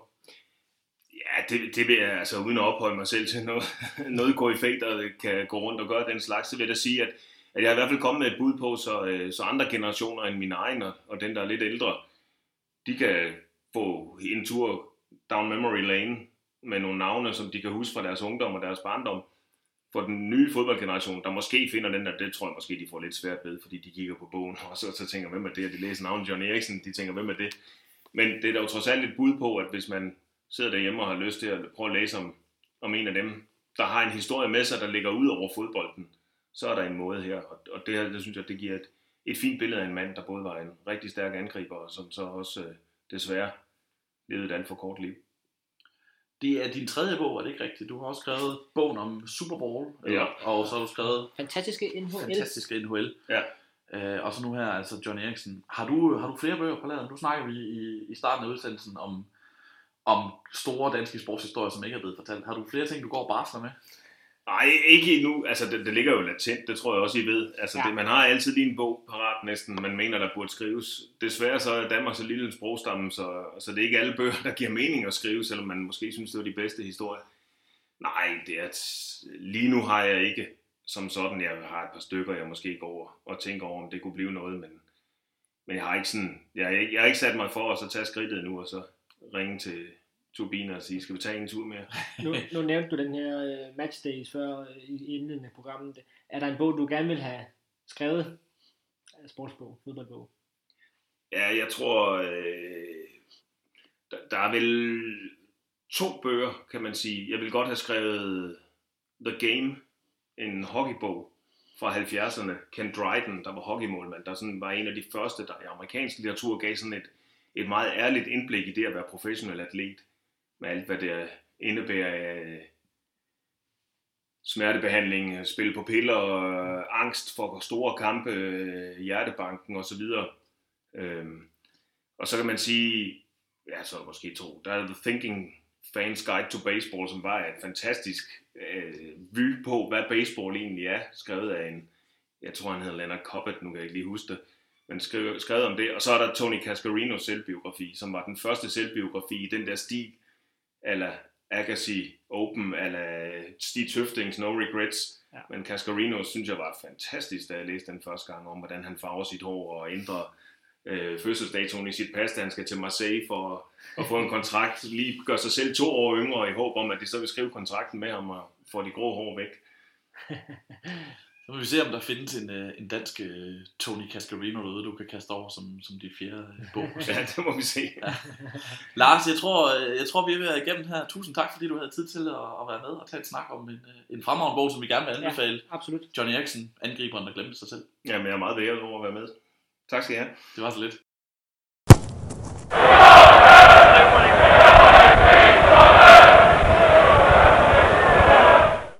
Speaker 3: Ja, det vil jeg, altså uden at opholde mig selv til noget gå i fægt, der kan gå rundt og gøre den slags, så vil jeg da sige, at jeg er i hvert fald kommet med et bud på, så andre generationer end mine egne, og den der er lidt ældre, de kan få en tur down memory lane med nogle navne, som de kan huske fra deres ungdom og deres barndom. For den nye fodboldgeneration, der måske finder den der, det tror jeg måske, de får lidt svært ved, fordi de kigger på bogen, og så tænker, hvem er det? Og de læser navnet John Eriksen, de tænker, hvem er det? Men det er der jo trods alt et bud på, at hvis man sidder derhjemme og har lyst til at prøve at læse om en af dem, der har en historie med sig, der ligger ud over fodbolden, så er der en måde her. Og det her, det synes jeg, det giver et fint billede af en mand, der både var en rigtig stærk angriber, og som så også desværre levede et alt for kort liv.
Speaker 4: Det er din tredje bog, er det ikke rigtigt? Du har også skrevet bogen om Super Bowl, ja. Og så har du skrevet
Speaker 1: Fantastiske NHL.
Speaker 3: Ja.
Speaker 4: Og så nu her, altså John Eriksen. Har du flere bøger på ladet? Nu snakker vi i starten af udsendelsen om store danske sportshistorier, som ikke er blevet fortalt. Har du flere ting, du går og barsler med?
Speaker 3: Nej, ikke endnu. Altså, det ligger jo latent, det tror jeg også, I ved. Altså,
Speaker 1: Ja.
Speaker 3: man har altid lige en bog parat næsten, man mener, der burde skrives. Desværre så er Danmark så lille en sprogstamme, så det er ikke alle bøger, der giver mening at skrive, selvom man måske synes, det var de bedste historier. Nej, lige nu har jeg ikke som sådan. Jeg har et par stykker, jeg måske går og tænker over, om det kunne blive noget, men jeg har ikke sådan, jeg har ikke sat mig for at så tage skridtet nu, og så ringe til turbiner og sige, skal vi tage en tur mere?
Speaker 1: Nu nævnte du den her matchdays før i indledende programmet. Er der en bog, du gerne vil have skrevet? Sportsbog, fodboldbog?
Speaker 3: Ja, jeg tror, der er vel 2 bøger, kan man sige. Jeg vil godt have skrevet The Game, en hockeybog fra 70'erne. Ken Dryden, der var hockeymålmand, der sådan var en af de første, der i amerikansk litteratur gav sådan et meget ærligt indblik i det at være professionel atlet. Med alt, hvad det indebærer af smertebehandling, spil på piller, angst for store kampe, hjertebanken osv. Og så kan man sige, ja, så måske 2. Der er The Thinking Fans Guide to Baseball, som var et fantastisk vy på, hvad baseball egentlig er, skrevet af jeg tror han hedder Leonard Cobbett, nu kan jeg ikke lige huske det, men skrevet om det. Og så er der Tony Cascarinos selvbiografi, som var den første selvbiografi i den der stil, eller Agassi Open, eller Stig Tøftings No Regrets. Ja. Men Cascarinos synes jeg var fantastisk, da jeg læste den første gang, om hvordan han farver sit hår og ændrer fødselsdatoen i sit pas, da han skal til Marseille for at få en kontrakt, lige gør sig selv 2 år yngre i håb om, at de så vil skrive kontrakten med ham og få de grå hår væk.
Speaker 4: Så må vi se, om der findes en dansk Tony Cascarino derude, du kan kaste over som de 4. bog.
Speaker 3: Ja, det må vi se.
Speaker 4: Ja. Lars, jeg tror vi er ved at igennem her. Tusind tak, fordi du havde tid til at være med og tage et snak om en fremragende bog, som vi gerne vil anbefale.
Speaker 1: Ja, absolut.
Speaker 4: Johnny Eriksen, angriberen, der glemte sig selv.
Speaker 3: Jamen, jeg er meget været over at være med. Tak skal I have.
Speaker 4: Det var så lidt.